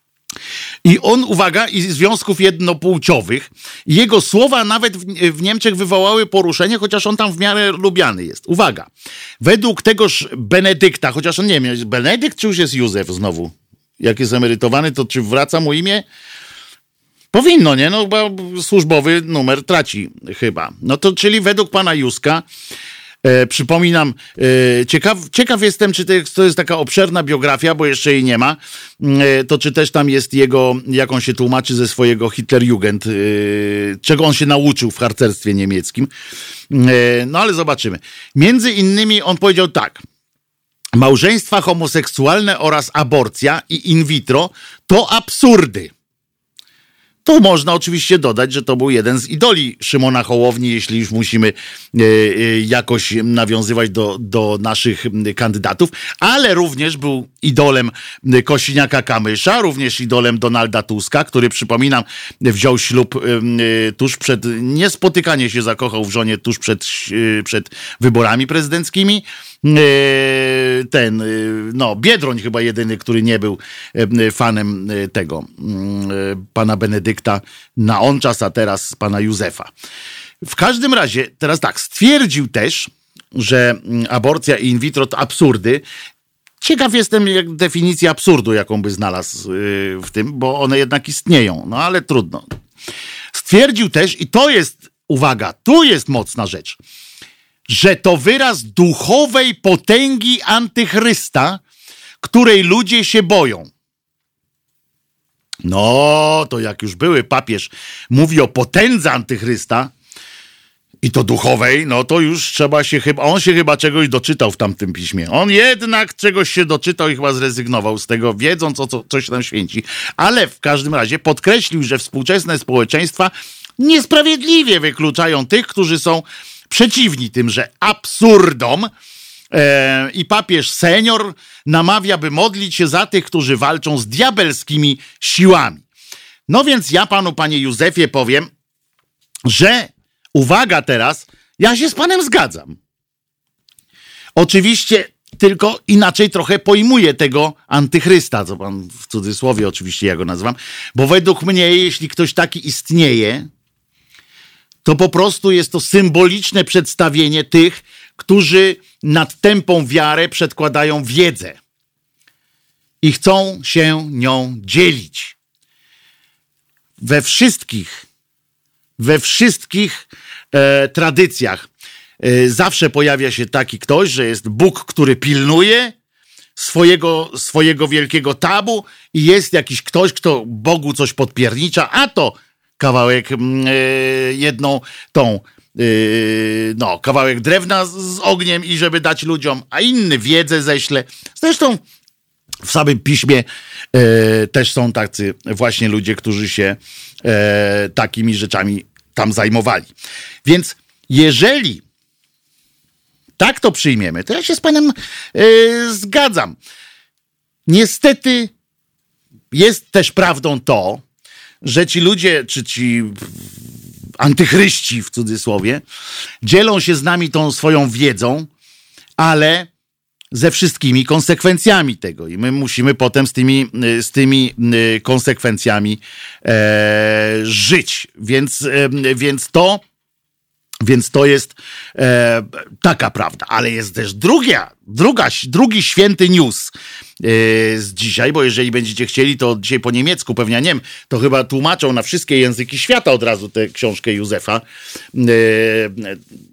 I on, uwaga, i związków jednopłciowych. Jego słowa nawet w, w Niemczech wywołały poruszenie, chociaż on tam w miarę lubiany jest. Uwaga. Według tegoż Benedykta, chociaż on nie wiem, Benedykt czy już jest Józef znowu? Jak jest emerytowany, to czy wraca mu imię? Powinno, nie? No bo służbowy numer traci chyba. No to, czyli według pana Józka, e, przypominam, e, ciekaw, ciekaw jestem, czy to jest, to jest taka obszerna biografia, bo jeszcze jej nie ma, e, to czy też tam jest jego, jak on się tłumaczy ze swojego Hitlerjugend, e, czego on się nauczył w harcerstwie niemieckim. E, no ale zobaczymy. Między innymi on powiedział tak: małżeństwa homoseksualne oraz aborcja i in vitro to absurdy. Tu można oczywiście dodać, że to był jeden z idoli Szymona Hołowni, jeśli już musimy e, e, jakoś nawiązywać do, do naszych kandydatów, ale również był idolem Kosiniaka-Kamysza, również idolem Donalda Tuska, który, przypominam, wziął ślub e, tuż przed, niespotykanie się zakochał w żonie tuż przed, e, przed wyborami prezydenckimi. Ten, no, Biedroń chyba jedyny, który nie był fanem tego pana Benedykta na on czas, a teraz pana Józefa. W każdym razie, teraz tak, stwierdził też, że aborcja i in vitro to absurdy. Ciekaw jestem jak definicji absurdu, jaką by znalazł w tym, bo one jednak istnieją, no ale trudno. Stwierdził też, i to jest, uwaga, tu jest mocna rzecz, że to wyraz duchowej potęgi antychrysta, której ludzie się boją. No, to jak już były papież mówi o potędze antychrysta i to duchowej, no to już trzeba się chyba, on się chyba czegoś doczytał w tamtym piśmie. On jednak czegoś się doczytał i chyba zrezygnował z tego, wiedząc o co, co się tam święci. Ale w każdym razie podkreślił, że współczesne społeczeństwa niesprawiedliwie wykluczają tych, którzy są przeciwni tymże absurdom, e, i papież senior namawia, by modlić się za tych, którzy walczą z diabelskimi siłami. No więc ja panu, panie Józefie, powiem, że uwaga teraz, ja się z panem zgadzam. Oczywiście tylko inaczej trochę pojmuję tego antychrysta, co pan w cudzysłowie oczywiście ja go nazywam, bo według mnie, jeśli ktoś taki istnieje, to po prostu jest to symboliczne przedstawienie tych, którzy nad tępą wiarę przedkładają wiedzę i chcą się nią dzielić. We wszystkich, we wszystkich e, tradycjach e, zawsze pojawia się taki ktoś, że jest Bóg, który pilnuje swojego, swojego wielkiego tabu i jest jakiś ktoś, kto Bogu coś podpiernicza, a to kawałek, yy, jedną tą, yy, no, kawałek drewna z, z ogniem i żeby dać ludziom, a inny wiedzę ześle. Zresztą w samym piśmie yy, też są tacy właśnie ludzie, którzy się yy, takimi rzeczami tam zajmowali. Więc jeżeli tak to przyjmiemy, to ja się z panem yy, zgadzam. Niestety jest też prawdą to, że ci ludzie, czy ci antychryści w cudzysłowie, dzielą się z nami tą swoją wiedzą, ale ze wszystkimi konsekwencjami tego. I my musimy potem z tymi, z tymi konsekwencjami e, żyć. Więc, e, więc to Więc to jest e, taka prawda. Ale jest też druga, druga, drugi święty news e, z dzisiaj, bo jeżeli będziecie chcieli, to dzisiaj po niemiecku, pewnie nie wiem, to chyba tłumaczą na wszystkie języki świata od razu tę książkę Józefa. E,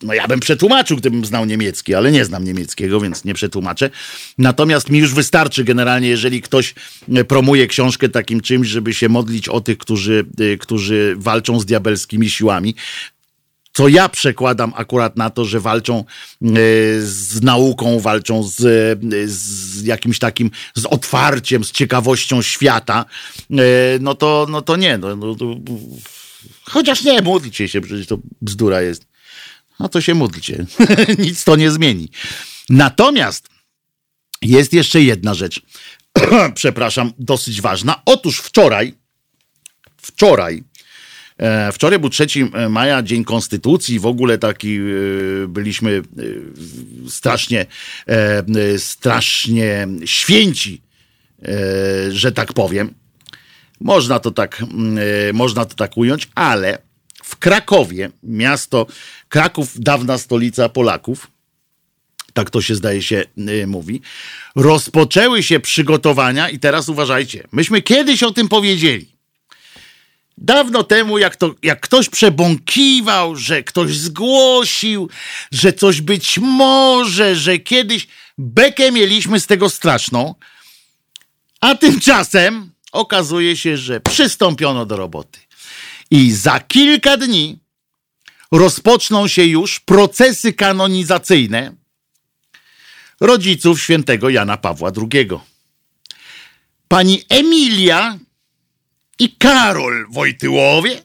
no ja bym przetłumaczył, gdybym znał niemiecki, ale nie znam niemieckiego, więc nie przetłumaczę. Natomiast mi już wystarczy generalnie, jeżeli ktoś promuje książkę takim czymś, żeby się modlić o tych, którzy, którzy walczą z diabelskimi siłami. Co ja przekładam akurat na to, że walczą z nauką, walczą z, z jakimś takim, z otwarciem, z ciekawością świata, no to, no to nie. No, no, to, chociaż nie, módlcie się, przecież to bzdura jest. No to się módlcie. Nic to nie zmieni. Natomiast jest jeszcze jedna rzecz, przepraszam, dosyć ważna. Otóż wczoraj, wczoraj, e, wczoraj był trzeciego maja, Dzień Konstytucji, w ogóle taki e, byliśmy e, strasznie, e, strasznie święci, e, że tak powiem. Można to tak, e, można to tak ująć, ale w Krakowie, miasto Kraków, dawna stolica Polaków, tak to się zdaje się y, mówi, rozpoczęły się przygotowania i teraz uważajcie, myśmy kiedyś o tym powiedzieli. Dawno temu, jak, to, jak ktoś przebąkiwał, że ktoś zgłosił, że coś być może, że kiedyś bekę mieliśmy z tego straszną, a tymczasem okazuje się, że przystąpiono do roboty. I za kilka dni rozpoczną się już procesy kanonizacyjne rodziców świętego Jana Pawła drugiego. Pani Emilia i Karol Wojtyłowie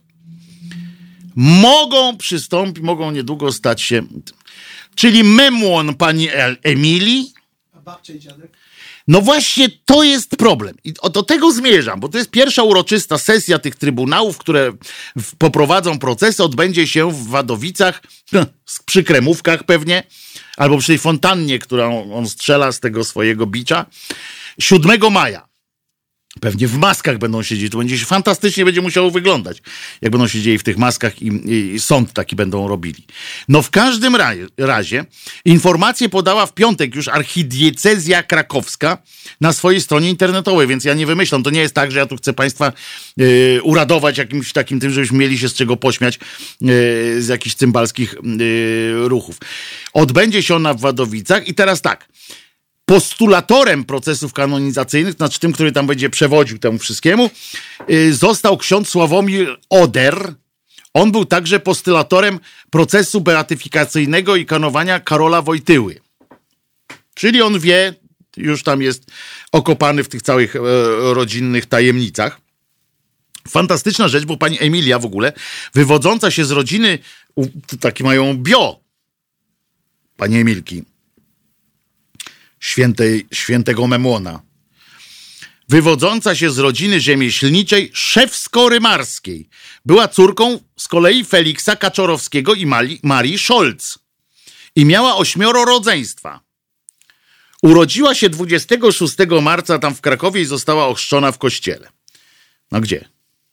mogą przystąpić, mogą niedługo stać się, czyli memłon pani Emilii. A babcia i dziadek? No właśnie to jest problem. I do tego zmierzam, bo to jest pierwsza uroczysta sesja tych trybunałów, które poprowadzą procesy. Odbędzie się w Wadowicach, przy Kremówkach pewnie, albo przy tej fontannie, którą on strzela z tego swojego bicza. siódmego maja. Pewnie w maskach będą siedzieć. To będzie się fantastycznie będzie musiało wyglądać, jak będą siedzieli w tych maskach i, i, i sąd taki będą robili. No w każdym razie, razie informację podała w piątek już archidiecezja krakowska na swojej stronie internetowej, więc ja nie wymyślam. To nie jest tak, że ja tu chcę państwa yy, uradować jakimś takim tym, żebyśmy mieli się z czego pośmiać yy, z jakichś cymbalskich yy, ruchów. Odbędzie się ona w Wadowicach i teraz tak. Postulatorem procesów kanonizacyjnych, znaczy tym, który tam będzie przewodził temu wszystkiemu, został ksiądz Sławomir Oder. On był także postulatorem procesu beatyfikacyjnego i kanowania Karola Wojtyły. Czyli on wie, już tam jest okopany w tych całych e, rodzinnych tajemnicach. Fantastyczna rzecz, bo pani Emilia w ogóle, wywodząca się z rodziny, takie mają bio, pani Emilki, Świętej, świętego Memłona, wywodząca się z rodziny rzemieślniczej szewsko-rymarskiej. Była córką z kolei Feliksa Kaczorowskiego i Mali, Marii Scholz i miała ośmioro rodzeństwa. Urodziła się dwudziestego szóstego marca tam w Krakowie i została ochrzczona w kościele. No gdzie?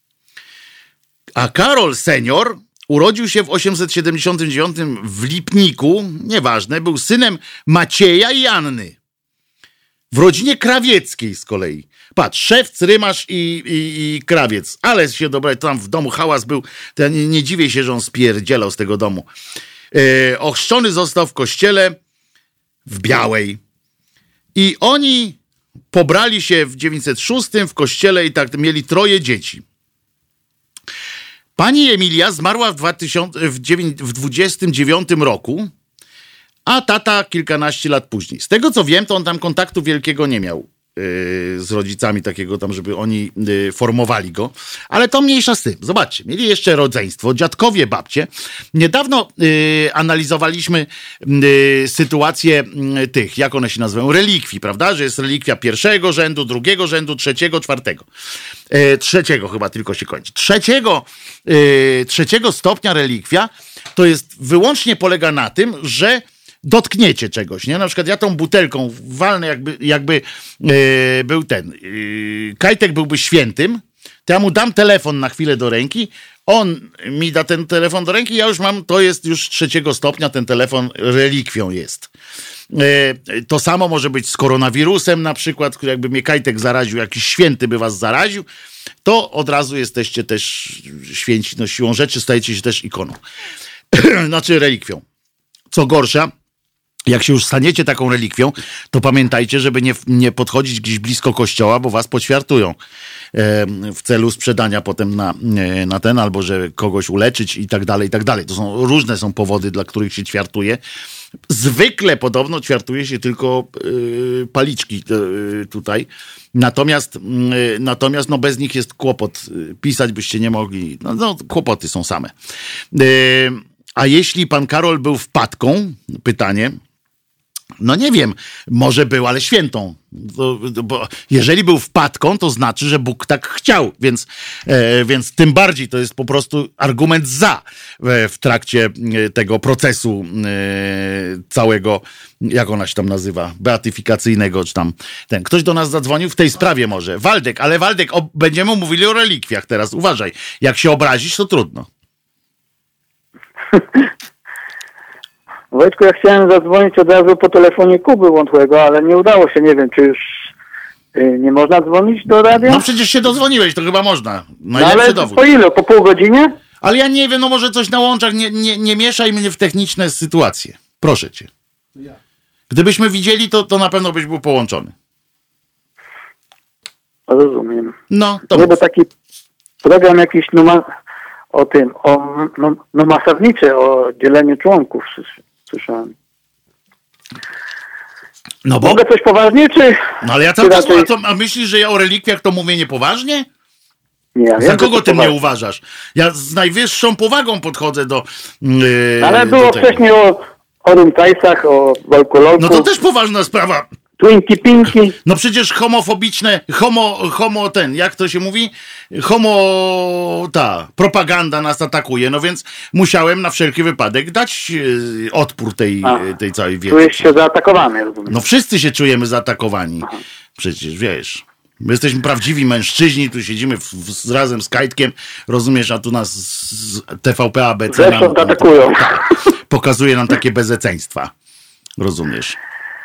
A Karol senior urodził się w osiemset siedemdziesiątym dziewiątym w Lipniku, nieważne, był synem Macieja i Anny. W rodzinie krawieckiej z kolei. Patrz, szewc, rymarz i, i, i krawiec. Ale się dobra, tam w domu hałas był. To ja nie, nie dziwię się, że on spierdzielał z tego domu. E, ochrzczony został w kościele w Białej. I oni pobrali się w dziewięćset szóstym w kościele i tak mieli troje dzieci. Pani Emilia zmarła w, dwudziestym, w, dziewięć, w dwudziestym dziewiątym roku, a tata kilkanaście lat później. Z tego co wiem, to on tam kontaktu wielkiego nie miał yy, z rodzicami takiego tam, żeby oni yy, formowali go. Ale to mniejsza z tym. Zobaczcie, mieli jeszcze rodzeństwo, dziadkowie, babcie. Niedawno yy, analizowaliśmy yy, sytuację yy, tych, jak one się nazywają, relikwii, prawda? Że jest relikwia pierwszego rzędu, drugiego rzędu, trzeciego, czwartego. Yy, trzeciego chyba tylko się kończy. Trzeciego, yy, trzeciego stopnia relikwia to jest wyłącznie polega na tym, że dotkniecie czegoś, nie? Na przykład ja tą butelką walnę, jakby, jakby yy, był ten, yy, Kajtek byłby świętym, to ja mu dam telefon na chwilę do ręki, on mi da ten telefon do ręki, ja już mam, to jest już trzeciego stopnia, ten telefon relikwią jest. Yy, to samo może być z koronawirusem na przykład, który jakby mnie Kajtek zaraził, jakiś święty by was zaraził, to od razu jesteście też święci, no siłą rzeczy stajecie się też ikoną. Znaczy relikwią. co gorsza, jak się już staniecie taką relikwią, to pamiętajcie, żeby nie, nie podchodzić gdzieś blisko kościoła, bo was poćwiartują e, w celu sprzedania potem na, e, na ten, albo że kogoś uleczyć i tak dalej, i tak dalej. To są różne są powody, dla których się ćwiartuje. Zwykle podobno ćwiartuje się tylko e, paliczki e, tutaj. Natomiast, e, natomiast no bez nich jest kłopot. Pisać byście nie mogli. No, no kłopoty są same. E, a jeśli pan Karol był wpadką, pytanie, no nie wiem, może był, ale świętą. To, bo jeżeli był wpadką, to znaczy, że Bóg tak chciał, więc, e, więc tym bardziej to jest po prostu argument za e, w trakcie e, tego procesu e, całego, jak ona się tam nazywa, beatyfikacyjnego, czy tam ten. Ktoś do nas zadzwonił w tej sprawie może. Waldek, ale Waldek, o, będziemy mówili o relikwiach teraz, uważaj. Jak się obrazisz, to trudno. Wojtku, ja chciałem zadzwonić od razu po telefonie Kuby Wątłego, ale nie udało się, nie wiem, czy już y, nie można dzwonić do radia? No przecież się dozwoniłeś, to chyba można. No ale dowód. po ile? Po pół godzinie? Ale ja nie wiem, no może coś na łączach, nie, nie, nie mieszaj mnie w techniczne sytuacje. Proszę cię. Gdybyśmy widzieli, to, to na pewno byś był połączony. Rozumiem. No, to nie, bo taki program jakiś no ma, o tym, o no, no masowniczy, o dzieleniu członków słyszałem. No bo... Mogę coś poważnie, czy... No ale ja cały czas, a, to, a myślisz, że ja o relikwiach to mówię niepoważnie? Nie, ja Za wiem, kogo ty poważnie. mnie uważasz? Ja z najwyższą powagą podchodzę do yy, ale było do wcześniej o, o Rumtajsach, o Wolkololku. No to też poważna sprawa. Twinki Pinki. No przecież homofobiczne, homo, homo ten, jak to się mówi? Homo, ta, propaganda nas atakuje, no więc musiałem na wszelki wypadek dać yy, odpór tej, A, tej całej wiedzy. Czujesz się zaatakowany, rozumiem. No wszyscy się czujemy zaatakowani. Aha. Przecież, wiesz, my jesteśmy prawdziwi mężczyźni, tu siedzimy w, w, razem z Kajtkiem, rozumiesz, a tu nas z T V P A B C Zresztą nam, atakują. Tak, pokazuje nam takie bezeceństwa. Rozumiesz?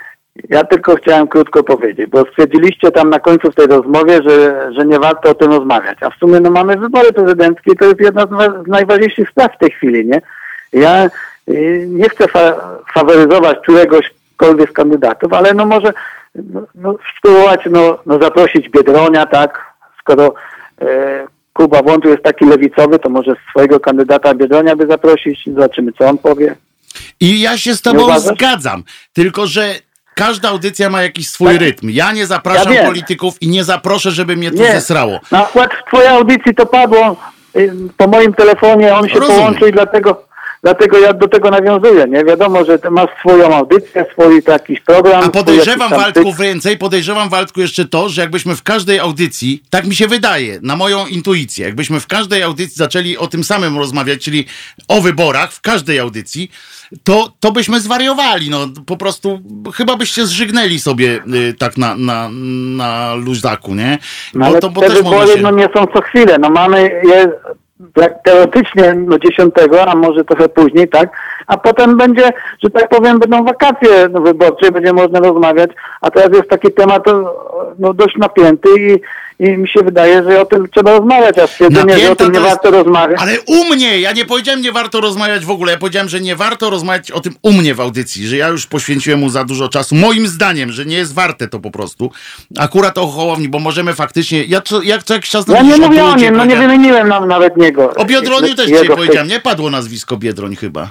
Ja tylko chciałem krótko powiedzieć, bo stwierdziliście tam na końcu w tej rozmowie, że, że nie warto o tym rozmawiać. A w sumie no mamy wybory prezydenckie, to jest jedna z, z najważniejszych spraw w tej chwili, nie? Ja y, nie chcę fa- faworyzować któregośkolwiek z kandydatów, ale no może no, no, spróbować no, no zaprosić Biedronia, tak? Skoro y, Kuba Wątły jest taki lewicowy, to może swojego kandydata Biedronia by zaprosić, zobaczymy co on powie. I ja się z tobą zgadzam, tylko że każda audycja ma jakiś swój tak. rytm. Ja nie zapraszam ja polityków i nie zaproszę, żeby mnie to nie. zesrało. Na przykład w twojej audycji to padło y, po moim telefonie, on się Rozumiem. połączył i dlatego, dlatego ja do tego nawiązuję. Nie wiadomo, że ty masz swoją audycję, swój jakiś program. A podejrzewam, Waldku, więcej, podejrzewam, Waldku, jeszcze to, że jakbyśmy w każdej audycji, tak mi się wydaje, na moją intuicję, jakbyśmy w każdej audycji zaczęli o tym samym rozmawiać, czyli o wyborach w każdej audycji, to, to byśmy zwariowali, no po prostu chyba byście zżygnęli sobie y, tak na, na, na luźdaku, nie? Bo no ale to, bo te też wybory się... no nie są co chwilę, no mamy je teoretycznie no dziesiątego, a może trochę później, tak? A potem będzie, że tak powiem, będą wakacje no, wyborcze, będzie można rozmawiać, a teraz jest taki temat no, dość napięty i, i mi się wydaje, że o tym trzeba rozmawiać, a stwierdzenie, że o tym nie jest... warto rozmawiać. Ale u mnie, ja nie powiedziałem nie warto rozmawiać w ogóle, ja powiedziałem, że nie warto rozmawiać o tym u mnie w audycji, że ja już poświęciłem mu za dużo czasu, moim zdaniem, że nie jest warte to po prostu. Akurat o Hołowni, bo możemy faktycznie, ja co, jak co jakiś czas... Ja nie mówię o nim, no nie wymieniłem nam, nawet niego. O Biedroniu też dzisiaj powiedziałem, nie padło nazwisko Biedroń chyba.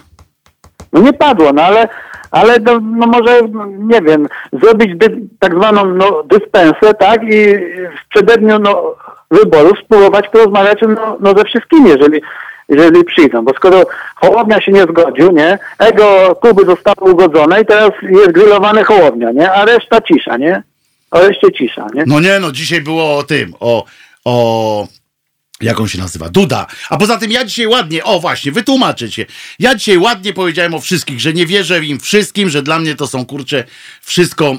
No nie padło, no ale, ale no, no może, nie wiem, zrobić dy, tak zwaną no, dyspensę, tak, i w przededniu no, wyborów spróbować porozmawiać no, no ze wszystkimi, jeżeli, jeżeli przyjdą, bo skoro Hołownia się nie zgodził, nie, ego Kuby zostało ugodzone i teraz jest grillowany Hołownia, nie, a reszta cisza, nie, a reszcie cisza, nie. No nie, no dzisiaj było o tym, o, o... Jak on się nazywa? Duda. A poza tym ja dzisiaj ładnie, o właśnie, wytłumaczę cię. Ja dzisiaj ładnie powiedziałem o wszystkich, że nie wierzę im wszystkim, że dla mnie to są, kurcze, wszystko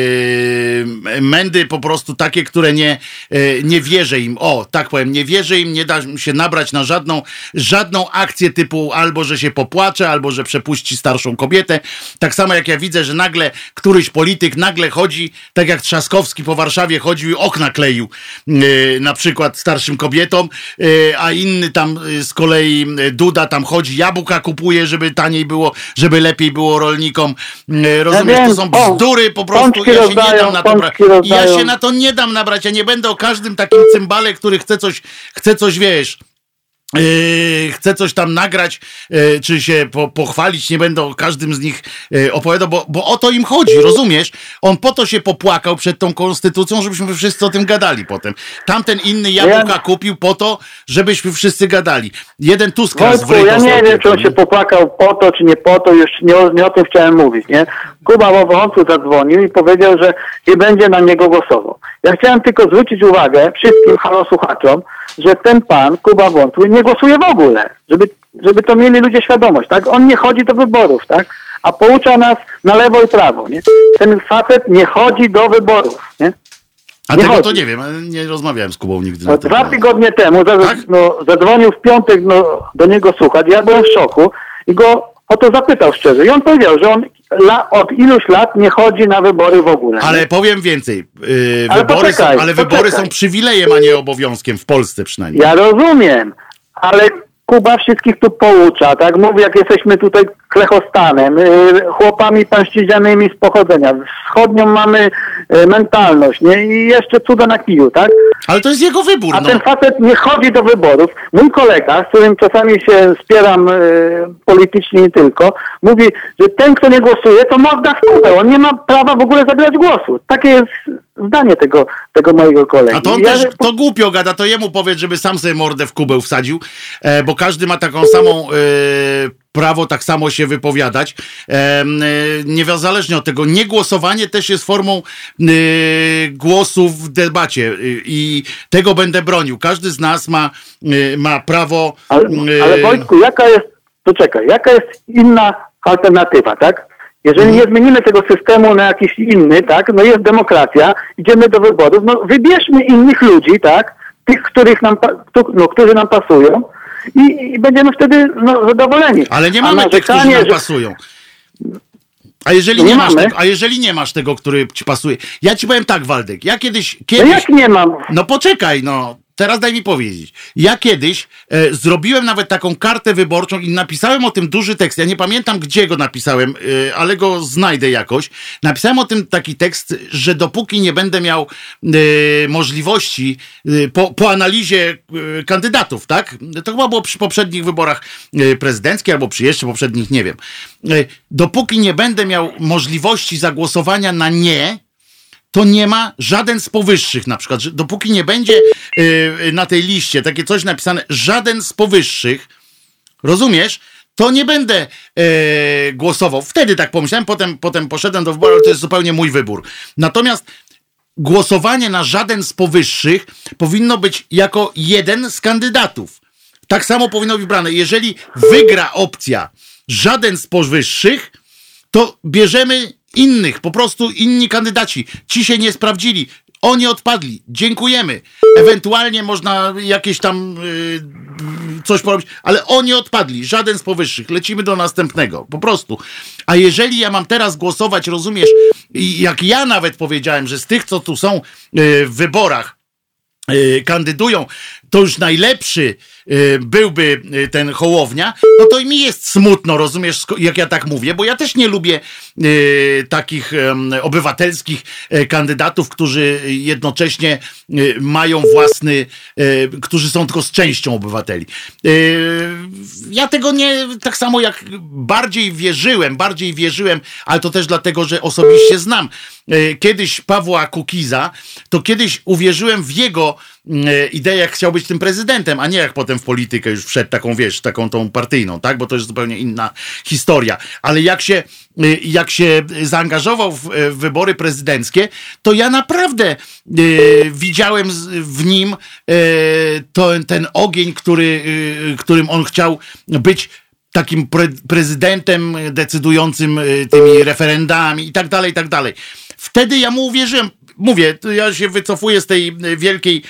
yy, mędy po prostu takie, które nie, yy, nie wierzę im. O, tak powiem, nie wierzę im, nie da się nabrać na żadną, żadną akcję typu albo, że się popłacze, albo, że przepuści starszą kobietę. Tak samo jak ja widzę, że nagle któryś polityk nagle chodzi, tak jak Trzaskowski po Warszawie chodził i okna kleił, yy, na przykład starszym kobietom, rolnikom, a inny tam z kolei Duda tam chodzi, jabłka kupuje, żeby taniej było, żeby lepiej było rolnikom. Rozumiesz, to są bzdury po prostu. Ja się nie dam na to brać. Ja się na to nie dam nabrać. Ja nie będę o każdym takim cymbale, który chce coś, chce coś, wiesz, Yy, chcę coś tam nagrać, yy, czy się po, pochwalić, nie będę o każdym z nich yy, opowiadał, bo, bo o to im chodzi, rozumiesz? On po to się popłakał przed tą konstytucją, żebyśmy wszyscy o tym gadali potem. Tamten inny jabłka ja... kupił po to, żebyśmy wszyscy gadali. Jeden Tusk raz w ryj ja nie wiem, czy on się popłakał po to, czy nie po to, już nie, nie o tym chciałem mówić, nie? Kuba Wątły zadzwonił i powiedział, że nie będzie na niego głosował. Ja chciałem tylko zwrócić uwagę wszystkim halo słuchaczom, że ten pan, Kuba Wątły, nie głosuje w ogóle, żeby, żeby to mieli ludzie świadomość, tak? On nie chodzi do wyborów, tak? A poucza nas na lewo i prawo, nie? Ten facet nie chodzi do wyborów, nie? A nie tego chodzi. To nie wiem, nie rozmawiałem z Kubą nigdy. No, na dwa tygodnie temu za, tak? no, zadzwonił w piątek no, do niego słuchać, ja byłem w szoku i go o to zapytał szczerze i on powiedział, że on La, od iluś lat nie chodzi na wybory w ogóle. Ale nie? powiem więcej. Yy, ale wybory, poczekaj, są, ale wybory są przywilejem, a nie obowiązkiem w Polsce przynajmniej. Ja rozumiem, ale Kuba wszystkich tu poucza, tak? Mówi, jak jesteśmy tutaj klechostanem, yy, chłopami pańszczyźnianymi z pochodzenia. Wschodnią mamy yy, mentalność, nie? I jeszcze cuda na kiju, tak? Ale to jest jego wybór, A no. ten facet nie chodzi do wyborów. Mój kolega, z którym czasami się spieram yy, politycznie nie tylko, mówi, że ten, kto nie głosuje, to morda w kubę. On nie ma prawa w ogóle zabrać głosu. Takie jest zdanie tego, tego mojego kolegi. A to on ja, też, to głupio gada, to jemu powiedz, żeby sam sobie mordę w kubę wsadził, e, bo każdy ma taką samą... E, prawo tak samo się wypowiadać. E, niezależnie od tego, niegłosowanie też jest formą e, głosu w debacie e, i tego będę bronił. Każdy z nas ma, e, ma prawo... E, ale, ale Wojtku, jaka jest, to czekaj, jaka jest inna alternatywa, tak? Jeżeli nie zmienimy tego systemu na jakiś inny, tak? No jest demokracja, idziemy do wyborów, no wybierzmy innych ludzi, tak? Tych, których nam, no, którzy nam pasują, I, i będziemy wtedy no, zadowoleni. Ale nie mamy tych, którzy nam że... pasują. A jeżeli nie, nie masz tego, a jeżeli nie masz tego, który ci pasuje. Ja ci powiem tak, Waldek, ja kiedyś... kiedyś no jak nie mam? No poczekaj, no. Teraz daj mi powiedzieć. Ja kiedyś e, zrobiłem nawet taką kartę wyborczą i napisałem o tym duży tekst. Ja nie pamiętam, gdzie go napisałem, e, ale go znajdę jakoś. Napisałem o tym taki tekst, że dopóki nie będę miał e, możliwości e, po, po analizie e, kandydatów, tak? To chyba było przy poprzednich wyborach e, prezydenckich albo przy jeszcze poprzednich, nie wiem. E, dopóki nie będę miał możliwości zagłosowania na nie, to nie ma żaden z powyższych, na przykład, że dopóki nie będzie yy, na tej liście takie coś napisane, żaden z powyższych, rozumiesz, to nie będę yy, głosował. Wtedy tak pomyślałem, potem, potem poszedłem do wyboru, ale to jest zupełnie mój wybór. Natomiast głosowanie na żaden z powyższych powinno być jako jeden z kandydatów. Tak samo powinno być brane. Jeżeli wygra opcja żaden z powyższych, to bierzemy innych, po prostu inni kandydaci. Ci się nie sprawdzili. Oni odpadli. Dziękujemy. Ewentualnie można jakieś tam yy, coś porobić, ale oni odpadli. Żaden z powyższych. Lecimy do następnego. Po prostu. A jeżeli ja mam teraz głosować, rozumiesz, i jak ja nawet powiedziałem, że z tych, co tu są yy, w wyborach, Yy, kandydują, to już najlepszy yy, byłby yy, ten Hołownia, no to mi jest smutno, rozumiesz, jak ja tak mówię, bo ja też nie lubię yy, takich yy, obywatelskich yy, kandydatów, którzy jednocześnie yy, mają własny, yy, którzy są tylko z częścią obywateli. Yy, ja tego nie, tak samo jak bardziej wierzyłem, bardziej wierzyłem, ale to też dlatego, że osobiście znam yy, kiedyś Pawła Kukiza, to kiedyś uwierzyłem w jego ideę, jak chciał być tym prezydentem, a nie jak potem w politykę już wszedł taką, wiesz, taką tą partyjną, tak? Bo to jest zupełnie inna historia. Ale jak się, jak się zaangażował w, w wybory prezydenckie, to ja naprawdę y, widziałem w nim y, to, ten ogień, który, y, którym on chciał być takim pre, prezydentem decydującym y, tymi referendami i tak dalej, i tak dalej. Wtedy ja mu uwierzyłem. mówię, ja się wycofuję z tej wielkiej,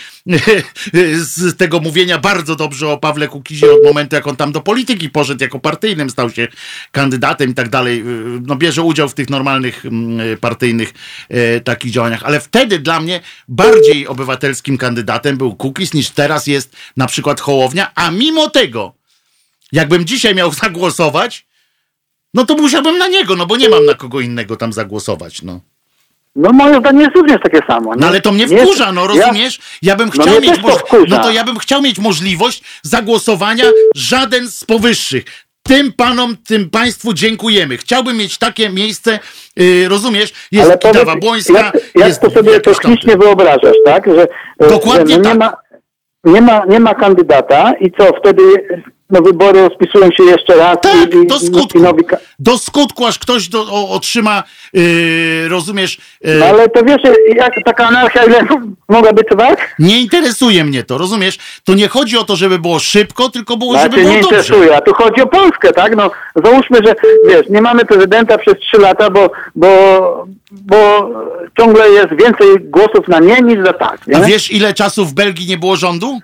z tego mówienia bardzo dobrze o Pawle Kukizie od momentu, jak on tam do polityki poszedł, jako partyjnym stał się kandydatem i tak dalej. No bierze udział w tych normalnych partyjnych e, takich działaniach, ale wtedy dla mnie bardziej obywatelskim kandydatem był Kukiz niż teraz jest na przykład Hołownia, a mimo tego, jakbym dzisiaj miał zagłosować, no to musiałbym na niego, no bo nie mam na kogo innego tam zagłosować, no. No moje zdanie jest również takie samo. No ale to mnie wkurza, no rozumiesz? Ja bym chciał no mieć moż- no to ja bym chciał mieć możliwość zagłosowania żaden z powyższych. Tym panom, tym państwu dziękujemy. Chciałbym mieć takie miejsce, yy, rozumiesz? Jest ale Kidawa powiedz, Błońska. Jak, jak jest to sobie technicznie wyobrażasz, tak? Że, Dokładnie że no nie tak. ma, nie ma, nie ma kandydata i co, wtedy no wybory rozpisują się jeszcze raz. Tak, i, do i, skutku. I nowi... Do skutku, aż ktoś do, o, otrzyma, yy, rozumiesz... Yy, no ale to wiesz, jak taka anarchia, ile mogłaby trwać? Nie interesuje mnie to, rozumiesz? To nie chodzi o to, żeby było szybko, tylko było, No, żeby cię było nie dobrze. interesuje, a tu chodzi o Polskę, tak? No załóżmy, że wiesz, nie mamy prezydenta przez trzy lata, bo, bo, bo ciągle jest więcej głosów na nie niż za tak, nie? A wiesz, ile czasu w Belgii nie było rządu?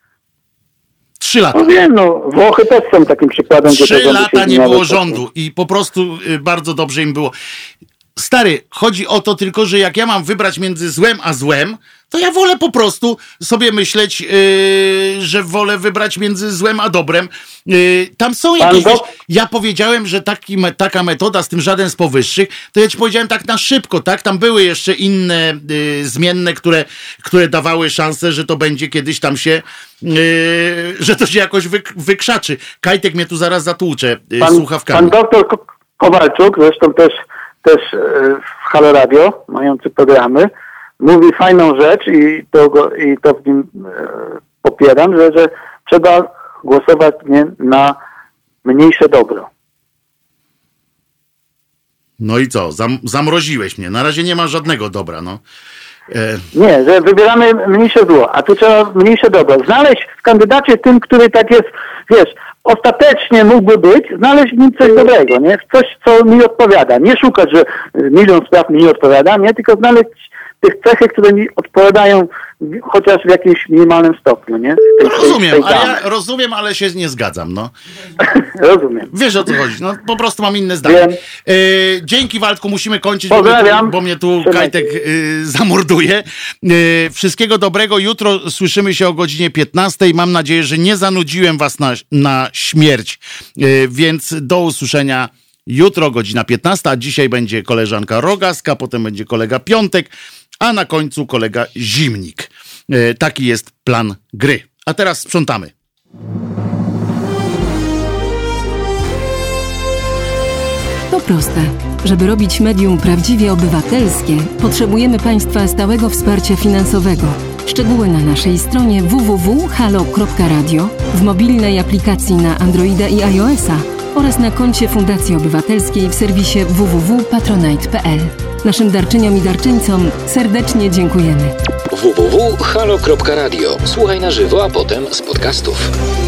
Trzy lata. No wiem, no Włochy też są takim przykładem. gdzie Trzy to rządy lata się nie zmieniały było po prostu. rządu i po prostu y, bardzo dobrze im było. Stary, chodzi o to tylko, że jak ja mam wybrać między złem a złem, to ja wolę po prostu sobie myśleć, yy, że wolę wybrać między złem a dobrem. Yy, tam są jakieś... Pan Wiesz, do- ja powiedziałem, że taki, me, taka metoda z tym żaden z powyższych, to ja ci powiedziałem tak na szybko, tak? Tam były jeszcze inne yy, zmienne, które, które dawały szansę, że to będzie kiedyś tam się... Yy, że to się jakoś wyk, wykrzaczy. Kajtek mnie tu zaraz zatłucze yy, Pan, słuchawkami. pan doktor Ko- Kowalczuk, zresztą też, też e, w Halo Radio, mający programy, mówi fajną rzecz i to, go, i to w nim e, popieram, że, że trzeba głosować nie na mniejsze dobro. No i co? Zam, zamroziłeś mnie. Na razie nie ma żadnego dobra, no. E, Nie, że wybieramy mniejsze zło, a tu trzeba mniejsze dobro. Znaleźć w kandydacie tym, który tak jest, wiesz, ostatecznie mógłby być, znaleźć w nim coś dobrego, nie? Coś, co mi odpowiada. Nie szukać, że milion spraw mi nie odpowiada, nie? Tylko znaleźć tych cechy, które mi odpowiadają w- chociaż w jakimś minimalnym stopniu, nie? Z tej- rozumiem, z tej ale gamy. ja rozumiem, ale się nie zgadzam, no. Rozumiem. Wiesz, o co chodzi, no po prostu mam inne zdanie. Wiem. E, dzięki, Waldku, musimy kończyć, bo mnie tu, Pozdrawiam. bo mnie tu Trzymaj. Kajtek e, zamorduje. E, wszystkiego dobrego, jutro słyszymy się o godzinie piętnastej. Mam nadzieję, że nie zanudziłem was na, na śmierć, e, więc do usłyszenia jutro, godzina piętnasta, a dzisiaj będzie koleżanka Rogaska, potem będzie kolega Piątek, a na końcu kolega Zimnik. E, taki jest plan gry. A teraz sprzątamy. To proste. Żeby robić medium prawdziwie obywatelskie, potrzebujemy Państwa stałego wsparcia finansowego. Szczegóły na naszej stronie w w w kropka halo kropka radio, w mobilnej aplikacji na Androida i iOS-a oraz na koncie Fundacji Obywatelskiej w serwisie w w w kropka patronite kropka p l. Naszym darczyniom i darczyńcom serdecznie dziękujemy. w w w kropka halo kropka radio. Słuchaj na żywo, a potem z podcastów.